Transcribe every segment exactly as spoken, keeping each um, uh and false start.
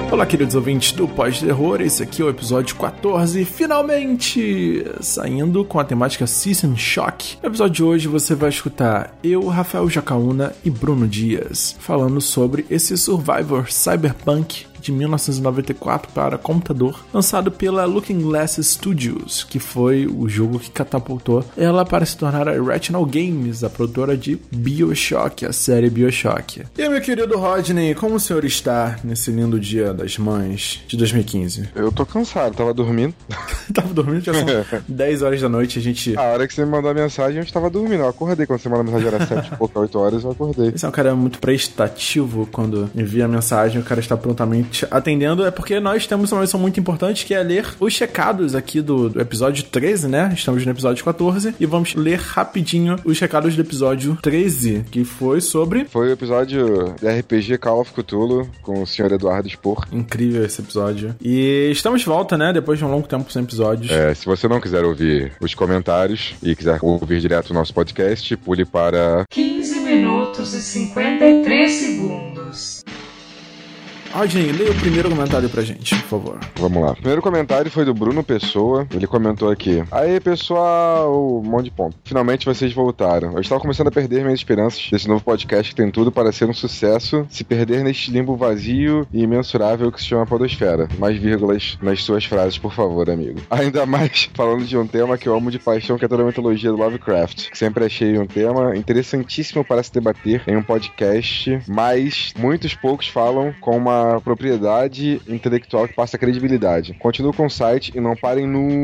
Olá, queridos ouvintes do Pós-Terror, esse aqui é o episódio quatorze, finalmente saindo com a temática System Shock. No episódio de hoje você vai escutar eu, Rafael Jacaúna e Bruno Dias falando sobre esse Survivor Cyberpunk de mil novecentos e noventa e quatro para computador, lançado pela Looking Glass Studios, que foi o jogo que catapultou ela para se tornar a Irrational Games, a produtora de BioShock, a série BioShock. E aí, meu querido Rodney, como o senhor está nesse lindo dia das mães de dois mil e quinze? Eu tô cansado, tava dormindo. Tava dormindo? Já são dez horas da noite, a gente... A hora que você me mandou a mensagem, eu estava dormindo. Eu acordei quando você mandou a mensagem, era sete, pouco, oito horas, eu acordei. Esse é um cara muito prestativo quando envia a mensagem, o cara está prontamente atendendo. É porque nós temos uma missão muito importante, que é ler os recados aqui do, do episódio treze, né? Estamos no episódio quatorze e vamos ler rapidinho os recados do episódio treze, que foi sobre... Foi o episódio de R P G Call of Cthulhu com o senhor Eduardo Spor. Incrível esse episódio. E estamos de volta, né? Depois de um longo tempo sem episódios. É, se você não quiser ouvir os comentários e quiser ouvir direto o nosso podcast, pule para... quinze minutos e cinquenta e três segundos. Rodney, leia o primeiro comentário pra gente, por favor. Vamos lá. O primeiro comentário foi do Bruno Pessoa. Ele comentou aqui: aê, pessoal, um monte de ponto. Finalmente vocês voltaram. Eu estava começando a perder minhas esperanças desse novo podcast que tem tudo para ser um sucesso, se perder neste limbo vazio e imensurável que se chama podosfera. Mais vírgulas nas suas frases, por favor, amigo. Ainda mais falando de um tema que eu amo de paixão, que é toda a mitologia do Lovecraft. Sempre achei um tema interessantíssimo para se debater em um podcast, mas muitos poucos falam com uma propriedade intelectual que passa credibilidade. Continuo com o site e não parem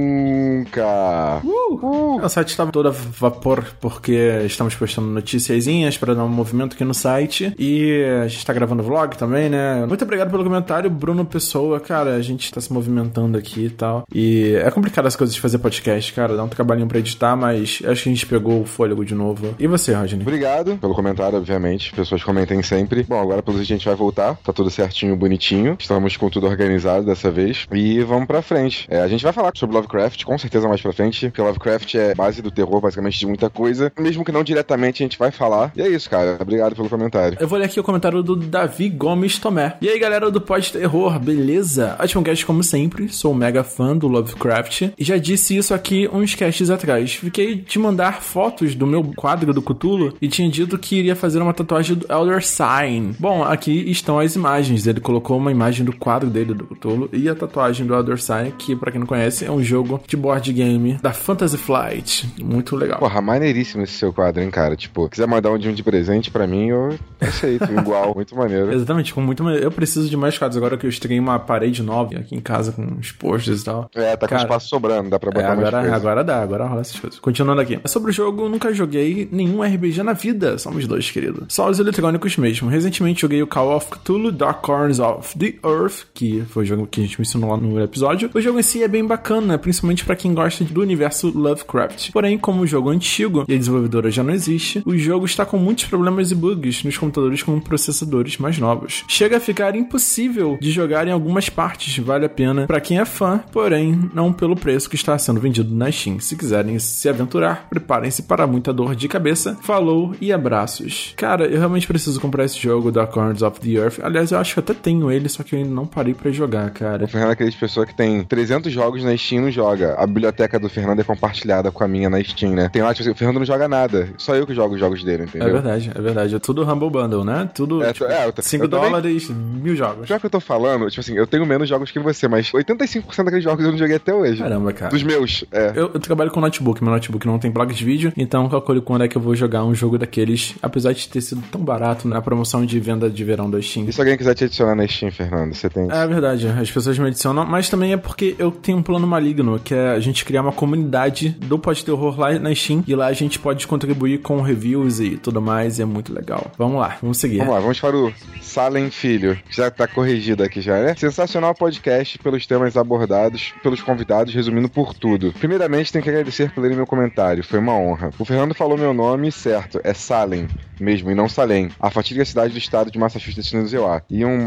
nunca. Uh, uh. O site estava todo a vapor porque estamos postando noticiazinhas para dar um movimento aqui no site e a gente está gravando vlog também, né? Muito obrigado pelo comentário, Bruno Pessoa. Cara, a gente está se movimentando aqui e tal. E é complicado as coisas de fazer podcast, cara. Dá um trabalhinho para editar, mas acho que a gente pegou o fôlego de novo. E você, Rodney? Obrigado pelo comentário, obviamente. Pessoas comentem sempre. Bom, agora pelo jeito a gente vai voltar. Tá tudo certinho, bonitinho. Estamos com tudo organizado dessa vez. E vamos pra frente. É, a gente vai falar sobre Lovecraft, com certeza mais pra frente, porque Lovecraft é base do terror, basicamente, de muita coisa. Mesmo que não diretamente, a gente vai falar. E é isso, cara. Obrigado pelo comentário. Eu vou ler aqui o comentário do Davi Gomes Tomé. E aí, galera do Pós-Terror, beleza? Ótimo cast, como sempre. Sou um mega fã do Lovecraft. E já disse isso aqui uns casts atrás. Fiquei de mandar fotos do meu quadro do Cthulhu e tinha dito que iria fazer uma tatuagem do Elder Sign. Bom, aqui estão as imagens. Ele colocou uma imagem do quadro dele do Cthulhu e a tatuagem do Elder Sign, que pra quem não conhece é um jogo de board game da Fantasy Flight. Muito legal. Porra, maneiríssimo esse seu quadro, hein, cara? Tipo, quiser mandar um de um de presente pra mim, eu aceito. Igual, muito maneiro. Exatamente, com muito maneiro. Eu preciso de mais quadros agora que eu estreiei uma parede nova aqui em casa com os posters e tal. É, tá com cara, espaço sobrando, dá pra botar é, agora, mais coisa. Agora dá, agora rola essas coisas. Continuando aqui. Sobre o jogo, nunca joguei nenhum R P G na vida. Somos dois, querido. Só os eletrônicos mesmo. Recentemente joguei o Call of Cthulhu Dark Corners of the Earth, que foi o jogo que a gente mencionou lá no episódio. O jogo em si é bem bacana, principalmente pra quem gosta do universo Lovecraft. Porém, como o jogo é antigo e a desenvolvedora já não existe, o jogo está com muitos problemas e bugs nos computadores com processadores mais novos. Chega a ficar impossível de jogar em algumas partes, vale a pena pra quem é fã, porém, não pelo preço que está sendo vendido na Steam. Se quiserem se aventurar, preparem-se para muita dor de cabeça. Falou e abraços. Cara, eu realmente preciso comprar esse jogo, Dark Corners of the Earth. Aliás, eu acho que eu até tenho ele, só que eu ainda não parei pra jogar, cara. O Fernando é aquele pessoa que tem trezentos jogos na Steam e não joga. A biblioteca do Fernando é compartilhada com a minha na Steam, né? Tem lá, tipo assim, o Fernando não joga nada. Só eu que jogo os jogos dele, entendeu? É verdade, é verdade. É tudo Humble Bundle, né? Tudo, é, tipo, é, cinco dólares, mil jogos. Já que eu tô falando, tipo assim, eu tenho menos jogos que você, mas oitenta e cinco por cento daqueles jogos eu não joguei até hoje. Caramba, cara. Dos meus, é. Eu, eu trabalho com notebook, meu notebook não tem placa de vídeo, então calculo quando é que eu vou jogar um jogo daqueles, apesar de ter sido tão barato na promoção de venda de verão da Steam. E se alguém quiser te adicionar na Steam, Fernando, você tem... É verdade, as pessoas me adicionam, mas também é porque eu tenho um plano maligno, que é a gente criar uma comunidade do Pós-Terror lá na Steam, e lá a gente pode contribuir com reviews e tudo mais, e é muito legal. Vamos lá, vamos seguir. Vamos lá, vamos para o Salem Filho, que já tá corrigido aqui já, né? Sensacional podcast pelos temas abordados, pelos convidados, resumindo por tudo. Primeiramente, tenho que agradecer por lerem meu comentário, foi uma honra. O Fernando falou meu nome certo, é Salem mesmo, e não Salem, a fatídica cidade do estado de Massachusetts, no U S A, e um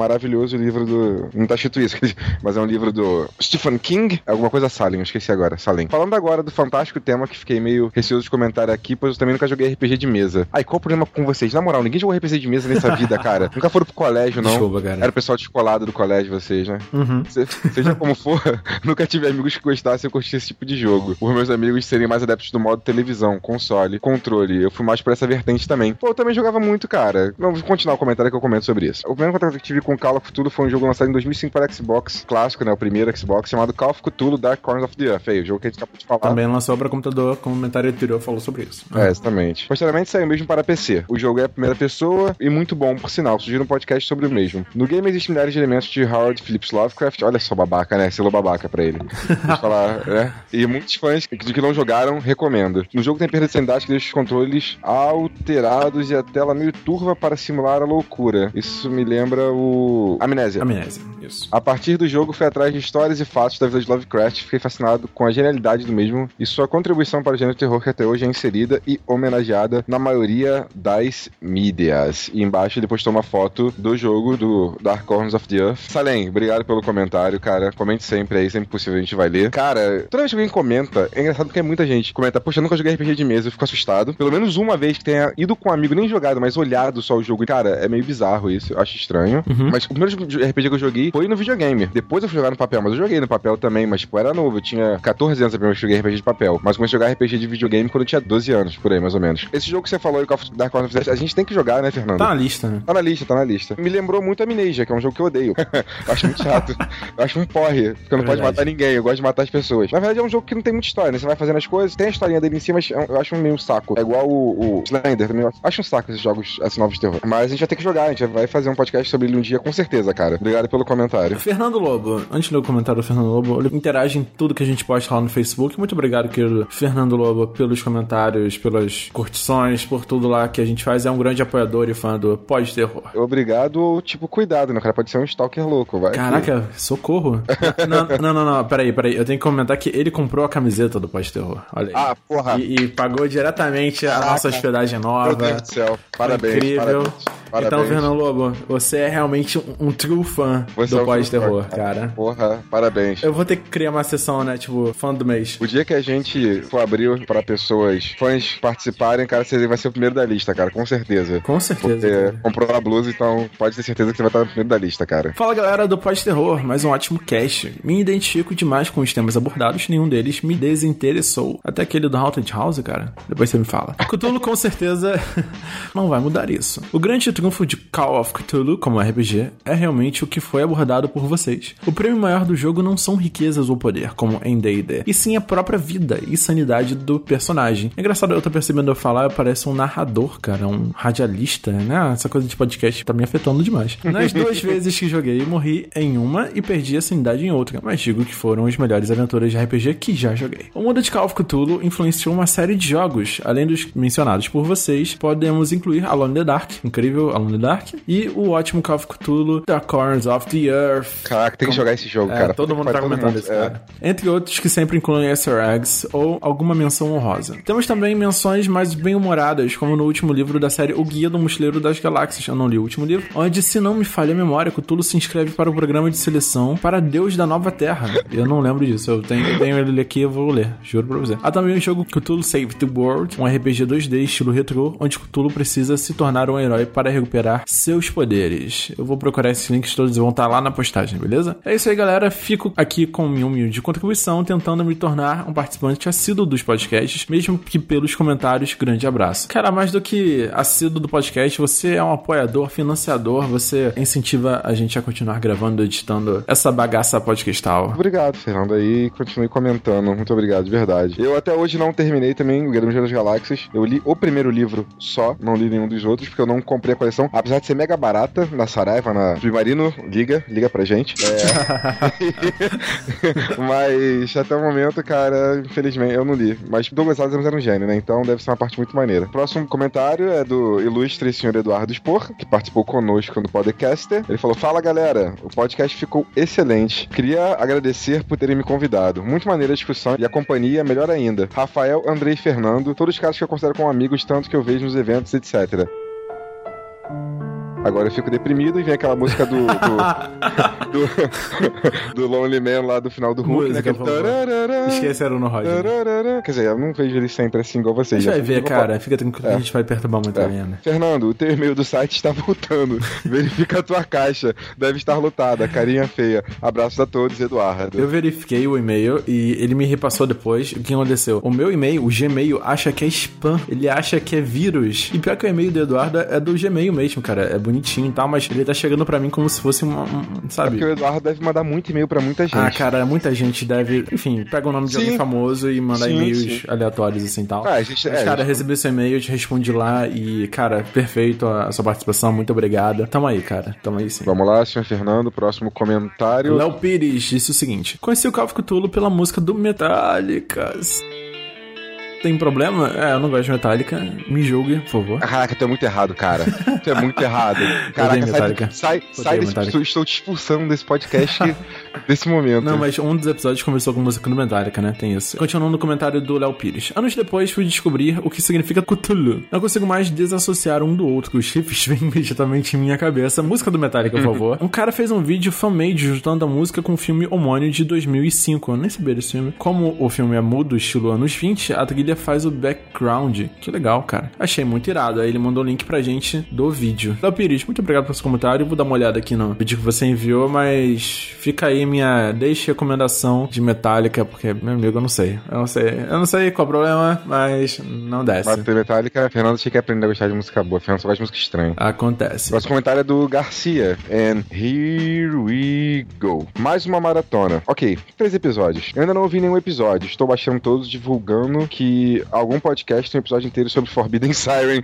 maravilhoso livro do... Não tá escrito isso, mas é um livro do Stephen King, alguma coisa Salem, eu esqueci agora, Salem. Falando agora do fantástico tema que fiquei meio receoso de comentar aqui, pois eu também nunca joguei R P G de mesa. Ai, qual o problema com vocês? Na moral, ninguém jogou R P G de mesa nessa vida, cara. Nunca foram pro colégio, não. Desculpa, cara. Era o pessoal descolado do colégio, vocês, né? Uhum. Se, seja como for, nunca tive amigos que gostassem ou curtissem esse tipo de jogo. Por meus amigos serem mais adeptos do modo televisão, console, controle. Eu fui mais por essa vertente também. Pô, eu também jogava muito, cara. Não, vou continuar o comentário que eu comento sobre isso. O primeiro contato que eu tive com Call of Cthulhu foi um jogo lançado em dois mil e cinco para Xbox, clássico, né? O primeiro Xbox, chamado Call of Cthulhu Dark Corners of the Earth. Aí, o jogo que a gente acabou de falar. Também lançou para computador, como o comentário anterior falou sobre isso. É, exatamente. Posteriormente saiu mesmo para P C. O jogo é a primeira pessoa e muito bom, por sinal. Surgiu um podcast sobre o mesmo. No game existem milhares de elementos de Howard Phillips Lovecraft. Olha só, babaca, né? Selou babaca pra ele. Deixa eu falar, né? E muitos fãs que, que não jogaram, recomendo. No jogo tem perda de sanidade que deixa os controles alterados e a tela meio turva para simular a loucura. Isso me lembra o... Amnésia. Amnésia, isso. A partir do jogo, fui atrás de histórias e fatos da vida de Lovecraft. Fiquei fascinado com a genialidade do mesmo e sua contribuição para o gênero terror que até hoje é inserida e homenageada na maioria das mídias. E embaixo ele postou uma foto do jogo do Dark Corners of the Earth. Salem, obrigado pelo comentário, cara. Comente sempre aí, sempre possível a gente vai ler. Cara, toda vez que alguém comenta, é engraçado porque muita gente comenta, poxa, eu nunca joguei R P G de mesa, eu fico assustado. Pelo menos uma vez que tenha ido com um amigo, nem jogado, mas olhado só o jogo. Cara, é meio bizarro isso, eu acho estranho. Uhum. Mas o primeiro R P G que eu joguei foi no videogame. Depois eu fui jogar no papel, mas eu joguei no papel também, mas tipo, era novo. Eu tinha catorze anos a primeira vez que eu joguei R P G de papel. Mas comecei a jogar R P G de videogame quando eu tinha doze anos, por aí, mais ou menos. Esse jogo que você falou, o Dark Corners of the Earth, a gente tem que jogar, né, Fernando? Tá na lista, né? Tá na lista, tá na lista. Me lembrou muito Amnesia, que é um jogo que eu odeio. Eu acho muito chato. Eu acho um porre, porque não pode matar ninguém. Eu gosto de matar as pessoas. Na verdade, é um jogo que não tem muita história, né? Você vai fazendo as coisas, tem a historinha dele em si, mas eu acho meio um saco. É igual o, o Slender também. Eu acho um saco esses jogos, esses novos de terror. Mas a gente vai ter que jogar, a gente vai fazer um podcast sobre ele um dia, com certeza, cara. Obrigado pelo comentário. Fernando Lobo, antes de ler o comentário do Fernando Lobo, ele interage em tudo que a gente posta lá no Facebook. Muito obrigado, querido Fernando Lobo, pelos comentários, pelas curtições, por tudo lá que a gente faz. É um grande apoiador e fã do pós-terror. Obrigado, tipo, cuidado, né? O cara pode ser um stalker louco, vai. Caraca, que... socorro. não, não, não, não, peraí, peraí. Eu tenho que comentar que ele comprou a camiseta do pós-terror. Olha aí. Ah, porra. E, e pagou diretamente Caraca. a nossa hospedagem nova. Meu Deus do céu. Parabéns. Incrível. Parabéns. Parabéns. Então, Fernando Lobo, você é realmente um, um true fã você do é um pós-terror, cara. Porra, parabéns. Eu vou ter que criar uma sessão, né? Tipo, fã do mês. O dia que a gente for abrir pra pessoas, fãs participarem, cara, você vai ser o primeiro da lista, cara, com certeza. Com certeza. Porque cara. comprou a blusa, então pode ter certeza que você vai estar no primeiro da lista, cara. Fala, galera do pós-terror, mais um ótimo cast. Me identifico demais com os temas abordados, nenhum deles me desinteressou. Até aquele do Haunted House, cara. Depois você me fala. Cthulhu, com certeza, não vai mudar isso. O grande triunfo de Call of Cthulhu, como R P G, é realmente o que foi abordado por vocês. O prêmio maior do jogo não são riquezas ou poder, como em D e D, e sim a própria vida e sanidade do personagem. É engraçado, eu tô percebendo eu falar, eu pareço um narrador, cara, um radialista, né? Essa coisa de podcast tá me afetando demais. Nas duas vezes que joguei, morri em uma e perdi a sanidade em outra, mas digo que foram as melhores aventuras de R P G que já joguei. O mundo de Call of Cthulhu influenciou uma série de jogos, além dos mencionados por vocês, podemos incluir Alone in the Dark, incrível Alone in the Dark, e o ótimo Call of Cthulhu, Dark Corners of the Earth. Caraca, tem que jogar esse jogo, é, cara. Todo mundo tá comentando isso, é. cara. Entre outros que sempre incluem Easter eggs ou alguma menção honrosa. Temos também menções mais bem-humoradas, como no último livro da série O Guia do Mochileiro das Galáxias, eu não li o último livro, onde, se não me falha a memória, Cthulhu se inscreve para o programa de seleção para Deus da Nova Terra. Eu não lembro disso, eu tenho, eu tenho ele aqui, eu vou ler, juro pra você. Há também o jogo Cthulhu Save the World, um R P G dois D estilo retrô, onde Cthulhu precisa se tornar um herói para recuperar seus poderes. Eu vou procurar esses links todos e vão estar lá na postagem, beleza? É isso aí, galera. Fico aqui com minha humilde contribuição, tentando me tornar um participante assíduo dos podcasts, mesmo que pelos comentários. Grande abraço. Cara, mais do que assíduo do podcast, você é um apoiador, financiador, você incentiva a gente a continuar gravando, editando essa bagaça podcastal. Obrigado, Fernando, aí continue comentando. Muito obrigado, de verdade. Eu até hoje não terminei também o Guia do Mochileiro das Galáxias. Eu li o primeiro livro só, não li nenhum dos outros, porque eu não comprei a coleção, apesar de ser mega barata, na Saraiva, na Submarino, liga, liga pra gente. É... Mas até o momento, cara, infelizmente, eu não li. Mas Douglas Adams era um gênio, né? Então deve ser uma parte muito maneira. Próximo comentário é do ilustre senhor Eduardo Spor, que participou conosco do Podcaster. Ele falou: fala, galera, o podcast ficou excelente. Queria agradecer por terem me convidado. Muito maneira a discussão e a companhia, melhor ainda. Rafael, Andrei e Fernando, todos os caras que eu considero como amigos, tanto que eu vejo nos eventos, etcétera. Agora eu fico deprimido e vem aquela música do... Do, do, do Lonely Man lá do final do Hulk, né? Esqueceram no Roger. Quer dizer, eu não vejo ele sempre assim igual vocês. A gente vai ver, cara. Fica tranquilo que é. a gente vai perturbar muito é. a minha. Fernando, o teu e-mail do site está voltando. Verifica a tua caixa. Deve estar lotada. Carinha feia. Abraços a todos, Eduardo. Eu verifiquei o e-mail e ele me repassou depois. O que aconteceu? O meu e-mail, o Gmail, acha que é spam. Ele acha que é vírus. E pior que o e-mail do Eduardo é do Gmail mesmo, cara. É bonitinho e tal, mas ele tá chegando pra mim como se fosse uma... Um, sabe? É porque o Eduardo deve mandar muito e-mail pra muita gente. Ah, cara, muita gente deve... Enfim, pega o nome de sim. alguém famoso e manda sim, e-mails sim. aleatórios assim e tal. Ah, a gente, mas, é, cara, gente... recebi seu e-mail, eu te respondi lá e, cara, perfeito a sua participação, muito obrigada. Tamo aí, cara. Tamo aí sim. Vamos lá, senhor Fernando, próximo comentário. Léo Pires disse o seguinte: conheci o Call of Cthulhu pela música do Metallica. Tem problema? É, eu não gosto de Metallica. Me julgue, por favor. Caraca, tu é muito errado, cara. Tu é muito errado. Caraca, sai, sai, sai desse... Estou, estou te expulsando desse podcast desse momento. Não, mas um dos episódios começou com música do Metallica, né? Tem isso. Continuando no comentário do Léo Pires. Anos depois, fui descobrir o que significa Cthulhu. Não consigo mais desassociar um do outro. Os riffs vêm imediatamente em minha cabeça. Música do Metallica, por favor. Um cara fez um vídeo fan-made juntando a música com um filme homônimo de dois mil e cinco. Eu nem sabia desse filme. Como o filme é mudo, estilo anos vinte, a trilha faz o background. Que legal, cara. Achei muito irado. Aí ele mandou o link pra gente do vídeo. Léo Pires, muito obrigado pelo seu comentário. Vou dar uma olhada aqui no vídeo que você enviou, mas fica aí minha deixa recomendação de Metallica, porque, meu amigo, eu não sei. Eu não sei. Eu não sei qual é o problema, mas não desce. Mas ter Metallica, Fernando tinha que aprender a gostar de música boa. Fernando só gosta de música estranha. Acontece. Nosso comentário é do Garcia. And here we go. Mais uma maratona. Ok, três episódios. Eu ainda não ouvi nenhum episódio. Estou baixando todos, divulgando que algum podcast tem um episódio inteiro sobre Forbidden Siren.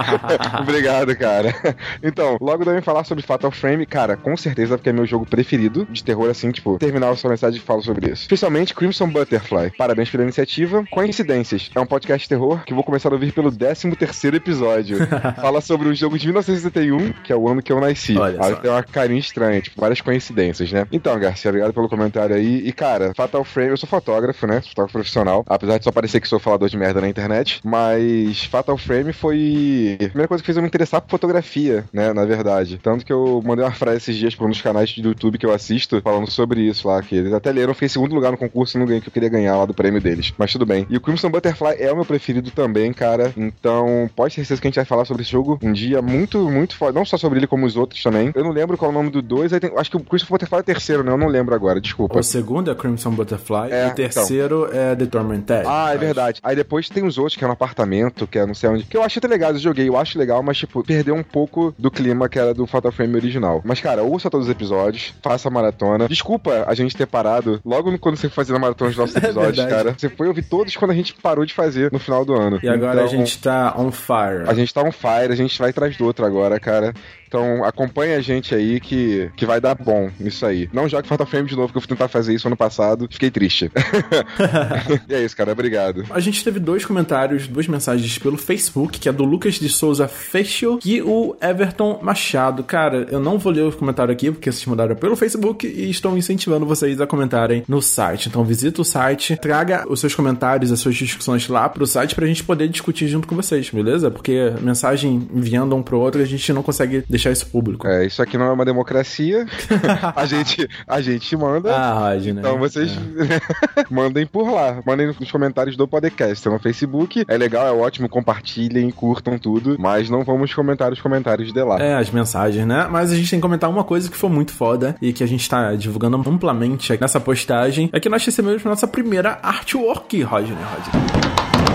Obrigado, cara. Então, logo devem falar sobre Fatal Frame. Cara, com certeza, porque é meu jogo preferido de terror, assim, tipo, terminar a sua mensagem e falo sobre isso. Especialmente Crimson Butterfly. Parabéns pela iniciativa. Coincidências. É um podcast de terror que vou começar a ouvir pelo décimo terceiro episódio. Fala sobre um jogo de mil novecentos e sessenta e um, que é o ano que eu nasci. Olha aí só. Tem uma carinha estranha, tipo, várias coincidências, né? Então, Garcia, obrigado pelo comentário aí. E, cara, Fatal Frame, eu sou fotógrafo, né? Fotógrafo profissional. Apesar de só parecer que sou falador de merda na internet, mas Fatal Frame foi a primeira coisa que fez eu me interessar por fotografia, né, na verdade. Tanto que eu mandei uma frase esses dias pra um dos canais do YouTube que eu assisto, falando sobre isso lá, que eles até leram, eu fiquei em segundo lugar no concurso e não ganhei, que eu queria ganhar lá do prêmio deles. Mas tudo bem. E o Crimson Butterfly é o meu preferido também, cara, então pode ter certeza que a gente vai falar sobre esse jogo um dia muito, muito foda. Não só sobre ele, como os outros também. Eu não lembro qual é o nome do dois, aí tem... acho que o Crimson Butterfly é o terceiro, né, eu não lembro agora, desculpa. O segundo é Crimson Butterfly é, e o terceiro então. é The Tormented. Ah, é verdade. Aí depois tem os outros, que é no apartamento, que é não sei onde. Que eu achei até legal, eu joguei, eu acho legal, mas, tipo, perdeu um pouco do clima que era do Fatal Frame original. Mas, cara, ouça todos os episódios, faça a maratona. Desculpa a gente ter parado logo quando você foi fazendo a maratona dos nossos episódios, é cara. Você foi ouvir todos quando a gente parou de fazer no final do ano. E agora então, a gente tá on fire. A gente tá on fire, a gente vai atrás do outro agora, cara. Então acompanha a gente aí que, que vai dar bom nisso aí. Não jogue Fatal Frame de novo, que eu fui tentar fazer isso ano passado. Fiquei triste. E é isso, cara. Obrigado. A gente teve dois comentários, duas mensagens pelo Facebook, que é do Lucas de Souza Fechio e o Everton Machado. Cara, eu não vou ler o comentário aqui, porque vocês mandaram pelo Facebook e estão incentivando vocês a comentarem no site. Então visita o site, traga os seus comentários, as suas discussões lá pro site pra gente poder discutir junto com vocês, beleza? Porque mensagem enviando um pro outro, a gente não consegue deixar isso público. É, isso aqui não é uma democracia. a, gente, a gente manda. Ah, Rod, né? Então vocês é. mandem por lá. Mandem nos comentários do podcast. No Facebook. É legal, é ótimo. Compartilhem, curtam tudo. Mas não vamos comentar os comentários de lá. É, as mensagens, né? Mas a gente tem que comentar uma coisa que foi muito foda e que a gente tá divulgando amplamente aqui nessa postagem. É que nós recebemos nossa primeira artwork, Rodney. Rodney.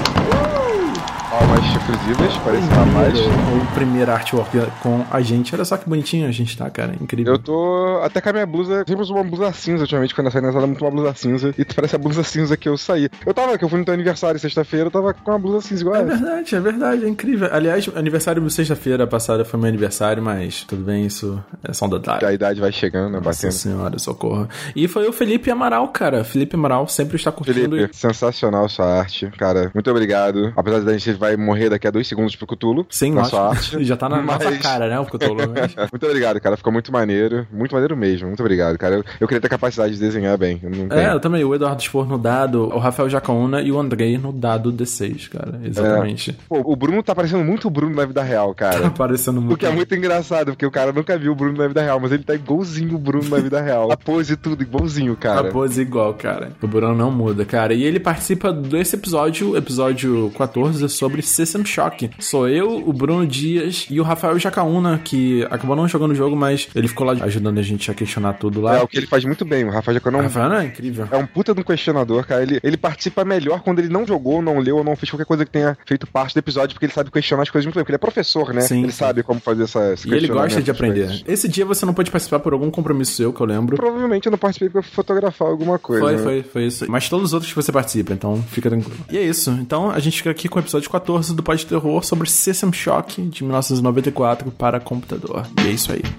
Palmas exclusivas para esse rapaz. O primeiro artwork com a gente. Olha só que bonitinho a gente tá, cara. Incrível. Eu tô até com a minha blusa. Sempre uso uma blusa cinza ultimamente. Quando eu saí na sala, muito uma blusa cinza. E tu parece a blusa cinza que eu saí. Eu tava, que eu fui no teu aniversário sexta-feira, eu tava com uma blusa cinza igual É essa. verdade, é verdade. É incrível. Aliás, aniversário sexta-feira passada foi meu aniversário, mas tudo bem, isso é só um detalhe. A idade vai chegando, né? Nossa Batendo. senhora, socorro. E foi o Felipe Amaral, cara. Felipe Amaral sempre está curtindo. Felipe, sensacional sua arte, cara. Muito obrigado. Apesar da gente vai morrer daqui a dois segundos pro Cthulhu. Sim, na sua arte. Já tá na Mas... nossa cara, né, o Cthulhu. Mas... Muito obrigado, cara. Ficou muito maneiro. Muito maneiro mesmo. Muito obrigado, cara. Eu, eu queria ter capacidade de desenhar bem. Eu não tenho. É, eu também. O Eduardo Spor no dado, o Rafael Jacaúna e o Andrei no dado D seis, cara. Exatamente. É. Pô, o Bruno tá parecendo muito o Bruno na vida real, cara. Tá parecendo muito. O que é muito engraçado, porque o cara nunca viu o Bruno na vida real, mas ele tá igualzinho o Bruno na vida real. A pose e tudo, igualzinho, cara. A pose igual, cara. O Bruno não muda, cara. E ele participa desse episódio, episódio quatorze, sobre System Shock. Sou eu, o Bruno Dias e o Rafael Jacaúna, que acabou não jogando o jogo, mas ele ficou lá ajudando a gente a questionar tudo lá. É, o que ele faz muito bem. O Rafael Jacaúna é um... Rafael é incrível. É um puta de um questionador, cara. Ele, ele participa melhor quando ele não jogou, não leu ou não fez qualquer coisa que tenha feito parte do episódio, porque ele sabe questionar as coisas muito bem. Porque ele é professor, né? Sim, ele sim. sabe como fazer essa, esse E ele gosta de aprender. coisas. Esse dia você não pôde participar por algum compromisso seu, que eu lembro. Provavelmente eu não participei porque eu fui fotografar alguma coisa. Foi, né? foi, foi isso. Mas todos os outros que você participa, então fica tranquilo. E é isso. Então a gente fica aqui com o episódio quatorze do Pod Terror sobre System Shock de mil novecentos e noventa e quatro para computador. E é isso aí.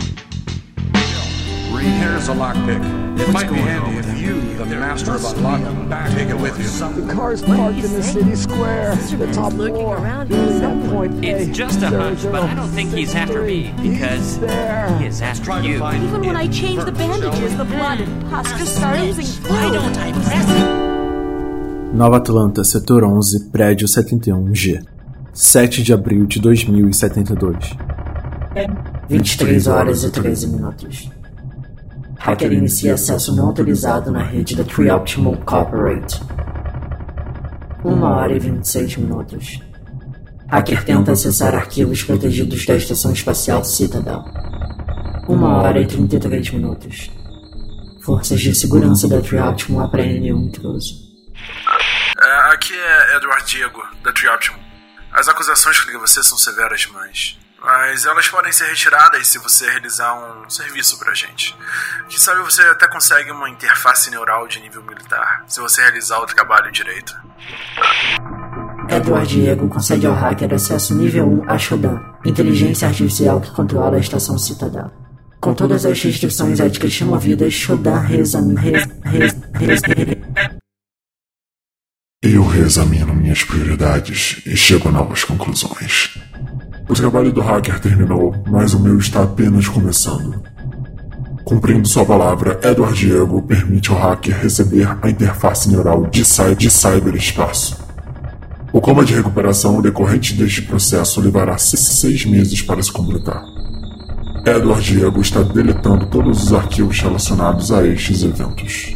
Here's a lockpick. It might be handy if you, the master of unlocking, take it with you. The car's parked in the city square. The top floor. It's just a hunch, but I don't think he's after me, because he is after you. Even when I change the bandages, the blood and pus just start oozing. Why don't I press it? Nova Atlanta, setor onze, prédio setenta e um G. sete de abril de dois mil e setenta e dois. vinte e três horas e treze minutos. Hacker inicia acesso não autorizado na rede da Trioptimal Corporate. uma hora e vinte e seis minutos. Hacker tenta acessar arquivos protegidos da Estação Espacial Citadel. uma hora e trinta e três minutos. Forças de segurança da Trioptimal apreendem um intruso. É, aqui é Edward Diego, da Trioptimal. As acusações contra você são severas demais. Mas elas podem ser retiradas se você realizar um serviço pra gente. Quem sabe você até consegue uma interface neural de nível militar, se você realizar o trabalho direito. Edward Diego concede ao hacker acesso nível um a Shodan, inteligência artificial que controla a estação Citadel. Com todas as restrições éticas removidas, Shodan reexamina... Res, res, res, res, Eu reexamino minhas prioridades e chego a novas conclusões. O trabalho do hacker terminou, mas o meu está apenas começando. Cumprindo sua palavra, Edward Diego permite ao hacker receber a interface neural de, cy- de cyberespaço. O coma de recuperação decorrente deste processo levará seis meses para se completar. Edward Diego está deletando todos os arquivos relacionados a estes eventos.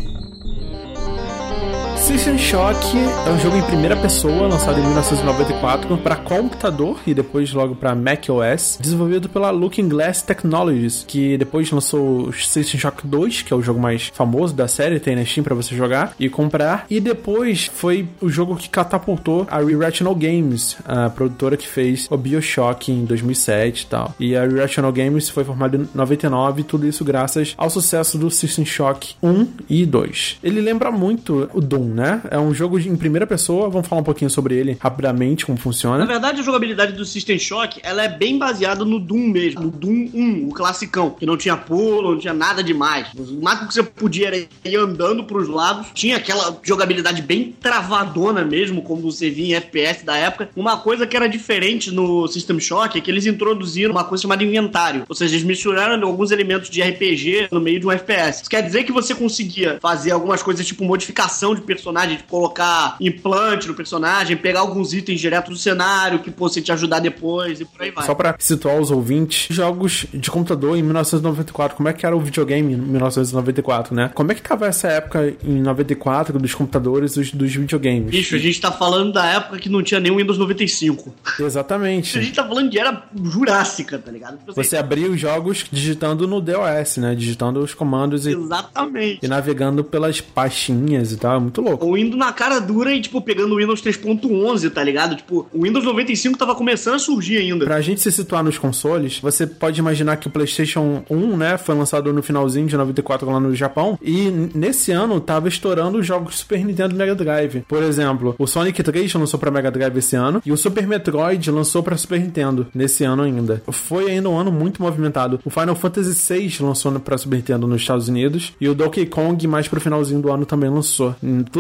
System Shock é um jogo em primeira pessoa, lançado em mil novecentos e noventa e quatro para computador e depois logo para macOS, desenvolvido pela Looking Glass Technologies, que depois lançou o System Shock dois, que é o jogo mais famoso da série, tem na Steam para você jogar e comprar, e depois foi o jogo que catapultou a Irrational Games, a produtora que fez o BioShock em dois mil e sete e tal. E a Irrational Games foi formada em noventa e nove, tudo isso graças ao sucesso do System Shock um e dois. Ele lembra muito o Doom, né? É um jogo em primeira pessoa, vamos falar um pouquinho sobre ele rapidamente, como funciona. Na verdade, a jogabilidade do System Shock, ela é bem baseada no Doom mesmo, no Doom um, o classicão, que não tinha pulo, não tinha nada demais. O máximo que você podia era ir andando pros lados, tinha aquela jogabilidade bem travadona mesmo, como você via em F P S da época. Uma coisa que era diferente no System Shock é que eles introduziram uma coisa chamada inventário, ou seja, eles misturaram alguns elementos de R P G no meio de um F P S. Isso quer dizer que você conseguia fazer algumas coisas tipo modificação de personagem, de colocar implante no personagem, pegar alguns itens direto do cenário que possa te ajudar depois e por aí vai. Só pra situar os ouvintes, jogos de computador em mil novecentos e noventa e quatro, como é que era o videogame em mil novecentos e noventa e quatro, né? Como é que tava essa época em noventa e quatro dos computadores e dos, dos videogames? Bicho, a gente tá falando da época que não tinha nem o Windows noventa e cinco. Exatamente. A gente tá falando de era jurássica, tá ligado? Você, você abria os jogos digitando no DOS, né? Digitando os comandos e... Exatamente. E navegando pelas pastinhas e tal, é muito louco. Ou indo na cara dura e, tipo, pegando o Windows três ponto onze, tá ligado? Tipo, o Windows noventa e cinco tava começando a surgir ainda. Pra gente se situar nos consoles, você pode imaginar que o PlayStation um, né, foi lançado no finalzinho de noventa e quatro lá no Japão, e nesse ano tava estourando os jogos Super Nintendo e Mega Drive. Por exemplo, o Sonic três lançou pra Mega Drive esse ano, e o Super Metroid lançou pra Super Nintendo nesse ano ainda. Foi ainda um ano muito movimentado. O Final Fantasy seis lançou pra Super Nintendo nos Estados Unidos, e o Donkey Kong mais pro finalzinho do ano também lançou. Tudo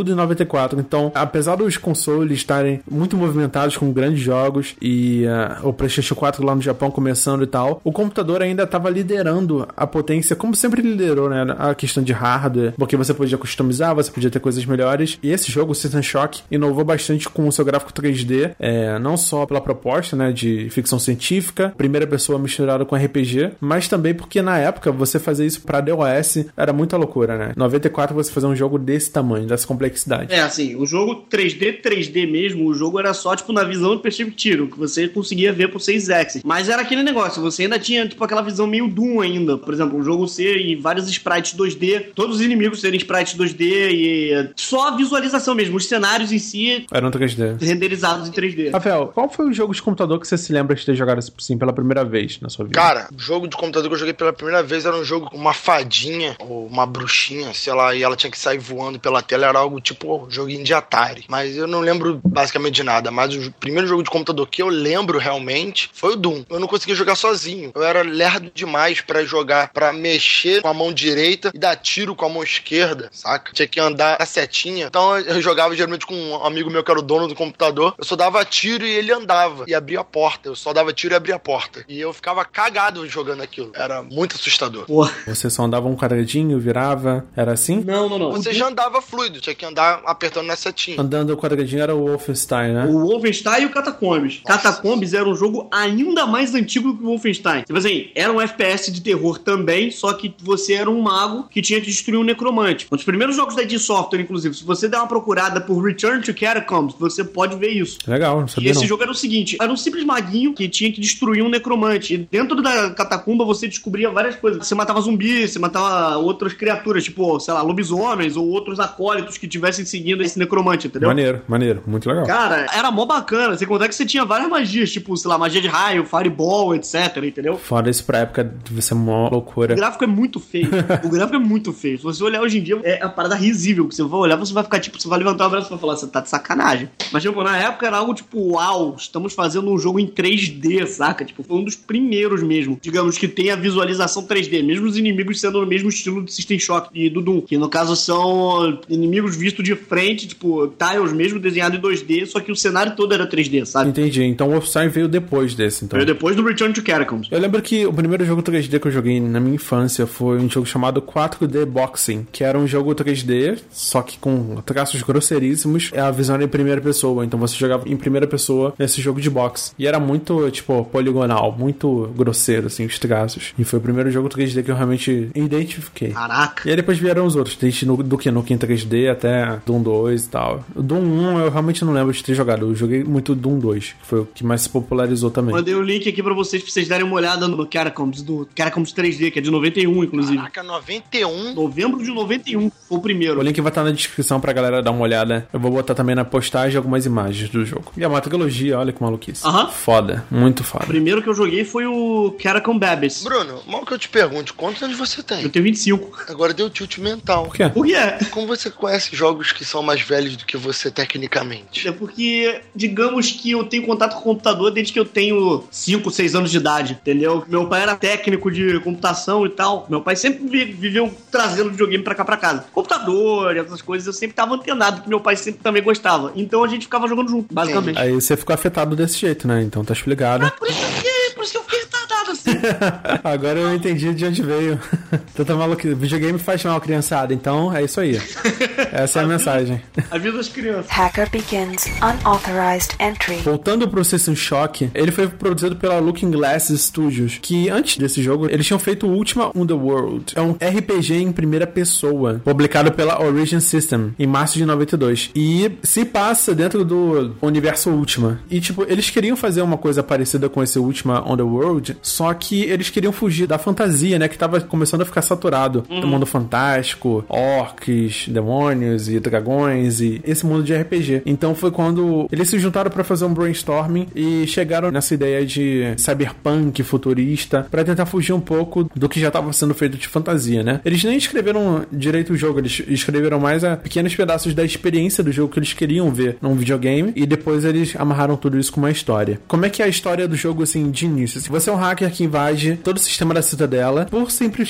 tudo em noventa e quatro. Então, apesar dos consoles estarem muito movimentados com grandes jogos e uh, o PlayStation quatro lá no Japão começando e tal, o computador ainda estava liderando a potência, como sempre liderou, né? A questão de hardware, porque você podia customizar, você podia ter coisas melhores. E esse jogo, o System Shock, inovou bastante com o seu gráfico três D, é, não só pela proposta, né, de ficção científica, primeira pessoa misturada com R P G, mas também porque na época você fazer isso pra DOS era muita loucura, né? Em noventa e quatro você fazer um jogo desse tamanho, dessa complexidade. É, assim, o jogo três D, três D mesmo, o jogo era só, tipo, na visão do perspectiva, que você conseguia ver por seis axis. Mas era aquele negócio, você ainda tinha, tipo, aquela visão meio Doom ainda. Por exemplo, o jogo ser e vários sprites dois D, todos os inimigos serem sprites dois D e só a visualização mesmo, os cenários em si eram três D. Renderizados em três D. Rafael, qual foi o jogo de computador que você se lembra de ter jogado assim pela primeira vez na sua vida? Cara, o jogo de computador que eu joguei pela primeira vez era um jogo com uma fadinha ou uma bruxinha, sei lá, e ela tinha que sair voando pela tela, era algo tipo um joguinho de Atari. Mas eu não lembro basicamente de nada, mas o primeiro jogo de computador que eu lembro realmente foi o Doom. Eu não conseguia jogar sozinho. Eu era lerdo demais pra jogar, pra mexer com a mão direita e dar tiro com a mão esquerda, saca? Tinha que andar a setinha. Então eu jogava geralmente com um amigo meu que era o dono do computador. Eu só dava tiro e ele andava e abria a porta. Eu só dava tiro e abria a porta. E eu ficava cagado jogando aquilo. Era muito assustador. Porra. Você só andava um quadradinho, virava... Era assim? Não, não, não. Você já andava fluido. Tinha que andar apertando na setinha. Andando o quadradinho era o Wolfenstein, né? O Wolfenstein e o Catacombs. Nossa. Catacombs era um jogo ainda mais antigo que o Wolfenstein. Tipo assim, era um F P S de terror também, só que você era um mago que tinha que destruir um necromante. Um dos primeiros jogos da I D Software, inclusive, se você der uma procurada por Return to Catacombs, você pode ver isso. Legal, não sabia E esse não. jogo era o seguinte, era um simples maguinho que tinha que destruir um necromante. E dentro da catacumba você descobria várias coisas. Você matava zumbis, você matava outras criaturas, tipo, sei lá, lobisomens ou outros acólitos que estivessem seguindo esse necromante, entendeu? Maneiro, maneiro, muito legal. Cara, era mó bacana. Você contar que você tinha várias magias, tipo, sei lá, magia de raio, fireball, etc, entendeu? Fora isso pra época devia ser mó loucura. O gráfico é muito feio. O gráfico é muito feio. Se você olhar hoje em dia, é a parada risível. Que você vai olhar, você vai ficar, tipo, você vai levantar o braço e vai falar, você tá de sacanagem. Mas, tipo, na época era algo tipo, uau, estamos fazendo um jogo em três D, saca? Tipo, foi um dos primeiros mesmo, digamos, que tem a visualização três D. Mesmo os inimigos sendo no mesmo estilo do System Shock e do Doom. Que, no caso, são inimigos vistos de frente, tipo, tiles mesmo, desenhado em dois D, só que o cenário todo era três D, sabe? Entendi. Então o Wolfenstein veio depois desse, então. Veio depois do Return to Catacombs. Eu lembro que o primeiro jogo três D que eu joguei na minha infância foi um jogo chamado quatro D Boxing, que era um jogo três D, só que com traços grosseiríssimos. A visão era em primeira pessoa, então você jogava em primeira pessoa nesse jogo de boxe. E era muito, tipo, poligonal, muito grosseiro, assim, os traços. E foi o primeiro jogo três D que eu realmente identifiquei. Caraca. E aí depois vieram os outros, desde no, do que no em três D até Doom dois e tal. O Doom um eu realmente não lembro de ter jogado. Eu joguei muito Doom dois, que foi o que mais se popularizou também. Mandei o um link aqui pra vocês, pra vocês darem uma olhada no Catacombs, do Catacombs três D, que é de noventa e um, inclusive. Caraca, noventa e um? Novembro de noventa e um, foi o primeiro. O link vai estar na descrição pra galera dar uma olhada. Eu vou botar também na postagem algumas imagens do jogo. E é uma trilogia, olha que maluquice. Aham. Uh-huh. Foda, muito foda. O primeiro que eu joguei foi o Catacomb Babes. Bruno, mal que eu te pergunte, quantos anos você tem? Eu tenho vinte e cinco. Agora deu tilt mental. Por quê? Por quê? Como você conhece jogos que são mais velhos do que você tecnicamente? É porque, digamos que eu tenho contato com o computador desde que eu tenho cinco, seis anos de idade, entendeu? Meu pai era técnico de computação e tal. Meu pai sempre vi- viveu trazendo videogame pra cá pra casa. Computador e essas coisas, eu sempre tava antenado, que meu pai sempre também gostava. Então a gente ficava jogando junto, basicamente. Aí você ficou afetado desse jeito, né? Então tá explicado. Ah, por isso que eu fiquei, por isso que eu fiquei retardado assim. Agora eu entendi de onde veio. Tanta maluquice. Videogame faz mal, criançada. Então é isso aí. Essa é a mensagem. A vida das crianças. Hacker begins unauthorized entry. Voltando pro System Shock, ele foi produzido pela Looking Glass Studios, que antes desse jogo, eles tinham feito o Ultima Underworld. É um R P G em primeira pessoa, publicado pela Origin System, em março de noventa e dois. E se passa dentro do universo Ultima. E, tipo, eles queriam fazer uma coisa parecida com esse Ultima Underworld, só que eles queriam fugir da fantasia, né, que tava começando a ficar saturado. Uhum. Do mundo fantástico, orcs, demônios e dragões e esse mundo de R P G. Então foi quando eles se juntaram pra fazer um brainstorming e chegaram nessa ideia de cyberpunk futurista pra tentar fugir um pouco do que já tava sendo feito de fantasia, né? Eles nem escreveram direito o jogo, eles escreveram mais a pequenos pedaços da experiência do jogo que eles queriam ver num videogame e depois eles amarraram tudo isso com uma história. Como é que é a história do jogo, assim, de início? Você é um hacker que invade todo o sistema da Cidadela por simples prazer de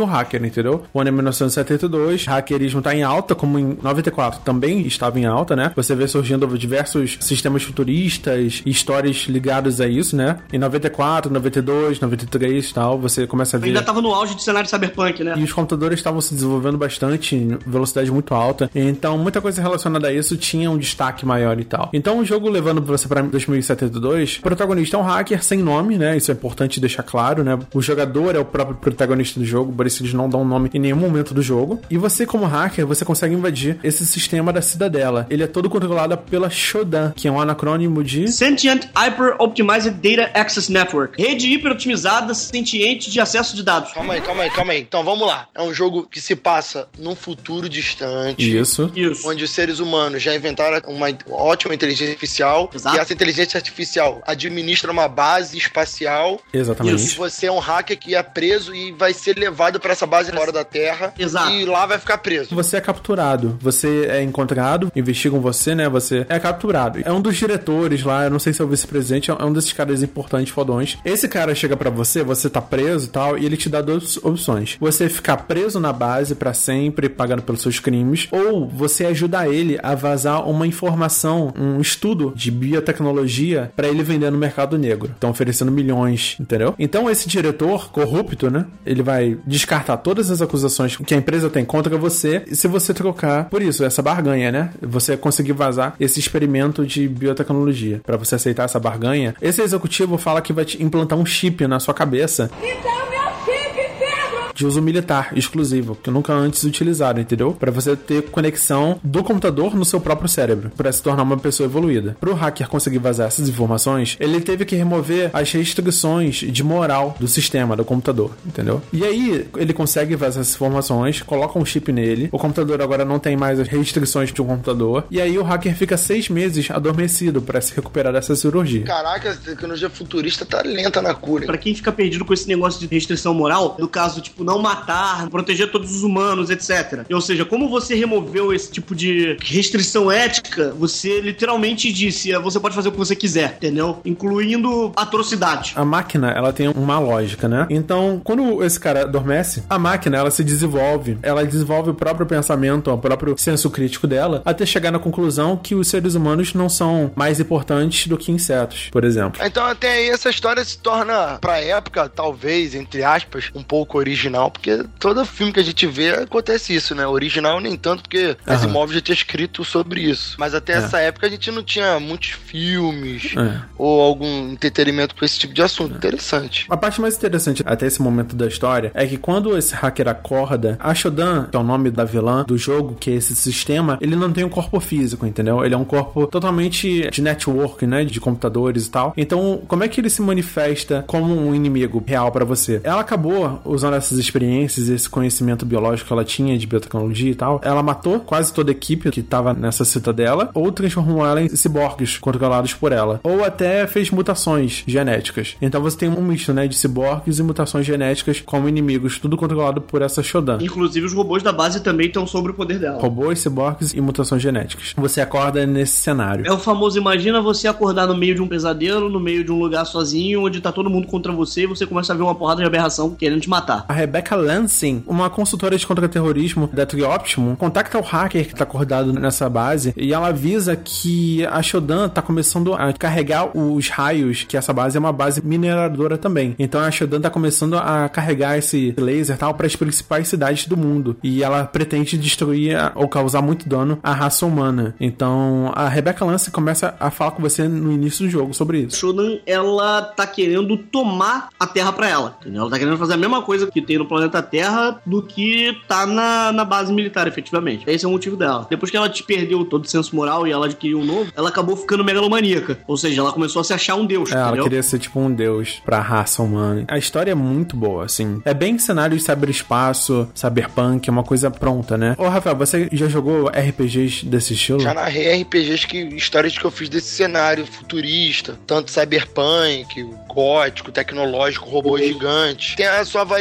um hacker, entendeu? O ano é mil novecentos e setenta e dois, hackerismo tá em alta, como em noventa e quatro também estava em alta, né? Você vê surgindo diversos sistemas futuristas e histórias ligadas a isso, né? Em noventa e quatro, noventa e dois, noventa e três e tal, você começa a ver... Ainda tava no auge do cenário cyberpunk, né? E os computadores estavam se desenvolvendo bastante, em velocidade muito alta, então muita coisa relacionada a isso tinha um destaque maior e tal. Então o jogo, levando você pra dois mil e setenta e dois, o protagonista é um hacker sem nome, né? Isso é importante deixar claro, né? O jogador é o próprio protagonista do jogo, por isso eles não dão um nome em nenhum momento do jogo. E você, como hacker, você consegue invadir esse sistema da cidadela. Ele é todo controlado pela Shodan, que é um anacrônimo de... Sentient Hyper Optimized Data Access Network. Rede hiper-otimizada sentiente de acesso de dados. Calma aí, calma aí, calma aí. Então vamos lá. É um jogo que se passa num futuro distante. Isso. Isso. Onde os seres humanos já inventaram uma ótima inteligência artificial. Exato. E essa inteligência artificial administra uma base espacial. Exatamente. E você é um hacker que é preso e vai ser levado pra essa base fora da Terra. Exato. E lá vai ficar preso. Você é capturado. Você é encontrado, investigam você, né? Você é capturado. É um dos diretores lá, eu não sei se é o vice-presidente, é um desses caras importantes, fodões. Esse cara chega pra você, você tá preso e tal, e ele te dá duas opções. Você ficar preso na base pra sempre, pagando pelos seus crimes, ou você ajudar ele a vazar uma informação, um estudo de biotecnologia pra ele vender no mercado negro. Estão oferecendo milhões, entendeu? Então esse diretor corrupto, né? Ele vai descartar todas as acusações que a empresa tem contra você, e se você trocar por isso, essa barganha, né? Você conseguir vazar esse experimento de biotecnologia. Pra você aceitar essa barganha, esse executivo fala que vai te implantar um chip na sua cabeça. Então, meu chip, Pedro! De uso militar exclusivo, que nunca antes utilizado, entendeu? Pra você ter conexão do computador no seu próprio cérebro, pra se tornar uma pessoa evoluída. Pro hacker conseguir vazar essas informações, ele teve que remover as restrições de moral do sistema, do computador, entendeu? E aí, ele consegue vazar essas informações, coloca um chip nele, o computador agora não tem mais as restrições de um computador, e aí o hacker fica seis meses adormecido pra se recuperar dessa cirurgia. Caraca, a tecnologia futurista tá lenta na cura. Pra quem fica perdido com esse negócio de restrição moral, no caso, tipo, não matar, proteger todos os humanos, etcétera. Ou seja, como você removeu esse tipo de restrição ética, você literalmente disse, você pode fazer o que você quiser, entendeu? Incluindo atrocidade. A máquina, ela tem uma lógica, né? Então, quando esse cara adormece, a máquina, ela se desenvolve, ela desenvolve o próprio pensamento, o próprio senso crítico dela, até chegar na conclusão que os seres humanos não são mais importantes do que insetos, por exemplo. Então até aí essa história se torna, pra época, talvez, entre aspas, um pouco original, porque todo filme que a gente vê acontece isso, né? Original nem tanto, porque Aham. Asimov já tinha escrito sobre isso. Mas até É. essa época a gente não tinha muitos filmes É. ou algum entretenimento com esse tipo de assunto. Interessante. A parte mais interessante até esse momento da história é que quando esse hacker acorda, a Shodan, que é o nome da vilã do jogo, que é esse sistema, ele não tem um corpo físico, entendeu? Ele é um corpo totalmente de network, né? De computadores e tal. Então, como é que ele se manifesta como um inimigo real pra você? Ela acabou usando essas experiências, esse conhecimento biológico que ela tinha de biotecnologia e tal. Ela matou quase toda a equipe que tava nessa citadela, ou transformou ela em ciborgues controlados por ela. Ou até fez mutações genéticas. Então você tem um misto, né? De ciborgues e mutações genéticas como inimigos, tudo controlado por essa Shodan. Inclusive, os robôs da base também estão sob o poder dela. Robôs, ciborgues e mutações genéticas. Você acorda nesse cenário. É o famoso, imagina você acordar no meio de um pesadelo, no meio de um lugar sozinho, onde tá todo mundo contra você e você começa a ver uma porrada de aberração querendo te matar. A Rebecca Lansing, uma consultora de contra-terrorismo da Trioptimum, contacta o hacker que tá acordado nessa base e ela avisa que a Shodan tá começando a carregar os raios, que essa base é uma base mineradora também. Então a Shodan tá começando a carregar esse laser tal para as principais cidades do mundo. E ela pretende destruir ou causar muito dano à raça humana. Então a Rebecca Lansing começa a falar com você no início do jogo sobre isso. A Shodan, ela tá querendo tomar a Terra pra ela, entendeu? Ela tá querendo fazer a mesma coisa que tem no planeta Terra do que tá na, na base militar, efetivamente. Esse é o motivo dela. Depois que ela te perdeu todo o senso moral e ela adquiriu um novo, ela acabou ficando megalomaníaca. Ou seja, ela começou a se achar um deus, É, entendeu? ela queria ser tipo um deus pra raça humana. A história é muito boa, assim. É bem cenário de cyberespaço, cyberpunk, é uma coisa pronta, né? Ô, Rafael, você já jogou R P Gs desse estilo? Já narrei R P Gs que histórias que eu fiz desse cenário futurista, tanto cyberpunk, gótico, tecnológico, robô gigante. Tem a sua variação.